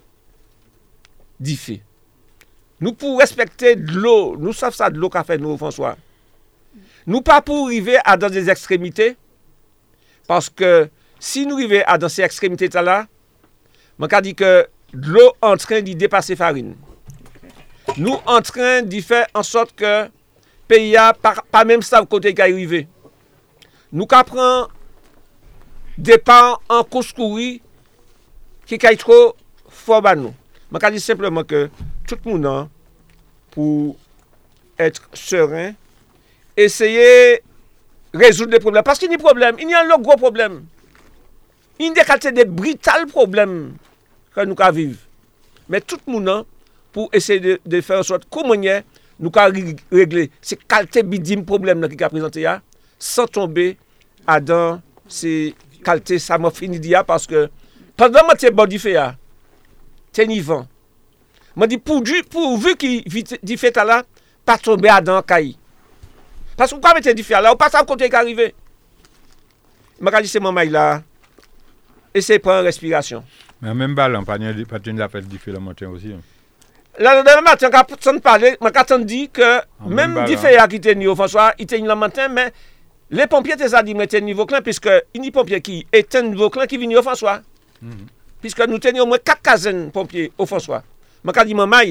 Diffé. Nous pour respecter de l'eau, nous savons ça de l'eau qu'a fait nous François. Nous pas pour arriver à dans des extrémités parce que si nous arrivons à dans ces extrémités là, je dis que l'eau en train d'y dépasser farine. Nous en train d'y faire en sorte que pays a pas même ça côté qui arrivé. Nous qu'apprend départ en course courir qui est trop fort à nous. Je dis simplement que tout le monde, pour être serein, essayer de résoudre les problèmes. Parce qu'il y a des problèmes, il y a un gros problème. Il y a des brutaux problèmes que nous vivons. Mais tout le monde, pour essayer de faire en sorte comment nous régler ces qualités bidim problèmes qui sont présentés sans tomber dans ces qualités, ça m'a fini d'hier parce que pendant que tu es fait, tu es vivant. Je dis, pourvu qu'il fait là, pas tomber à dans caille. Parce que vous mettez du fer là, vous pas ça côté qui arrive. Je dis c'est mon mail là. Essayez de prendre respiration. Mais même ballon, pas de la fête du feu le matin aussi. Là, le matin, quand on parle, quand on dit que même du feu qui était niveau François, il était le matin, mais les pompiers te dit mettre niveau clan, puisque il y a des pompiers qui étaient niveau clan qui viennent au François. Puisque nous tenions au moins 4 casernes pompiers au François. Je dis maman,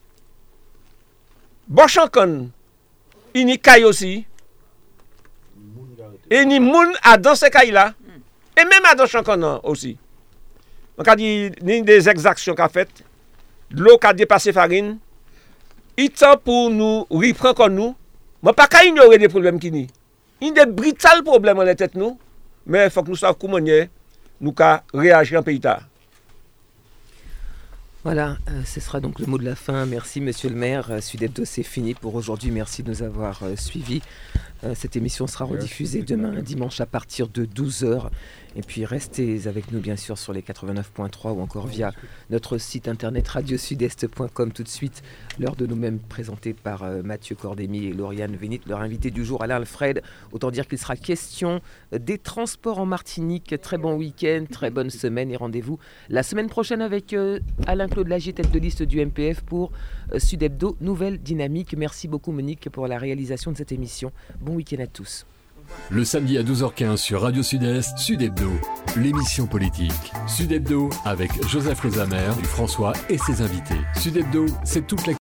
bon chancon, il y a caille aussi. Et il y a moun à dans ces cailles là. Et même à dans chancon aussi. Je dis il y a des exactions qu'a faites. L'eau qui a dépassé farine, il temps pour nous reprendre comme nous. Je ne peux pas ignorer des problèmes qui n'y. Il y a des brutaux problèmes dans la tête nous, mais il faut que nous sachions comment nous réagir en pays tard. Voilà, ce sera donc le mot de la fin. Merci Monsieur le maire. Sud Hebdo, c'est fini pour aujourd'hui. Merci de nous avoir suivis. Cette émission sera rediffusée demain, dimanche, à partir de 12h. Et puis restez avec nous bien sûr sur les 89.3 ou encore via notre site internet radiosudest.com. Tout de suite, l'heure de nous-mêmes présentée par Mathieu Cordémy et Lauriane Vénit. Leur invité du jour, Alain Alfred. Autant dire qu'il sera question des transports en Martinique. Très bon week-end, très bonne semaine et rendez-vous la semaine prochaine avec Alain-Claude Lagier, tête de liste du MPF pour Sud Hebdo, nouvelle dynamique. Merci beaucoup Monique pour la réalisation de cette émission. Bon week-end à tous. Le samedi à 12h15 sur Radio Sud-Est, Sud Hebdo, l'émission politique. Sud Hebdo avec Joseph Lezamer, du François et ses invités. Sud Hebdo, c'est toute la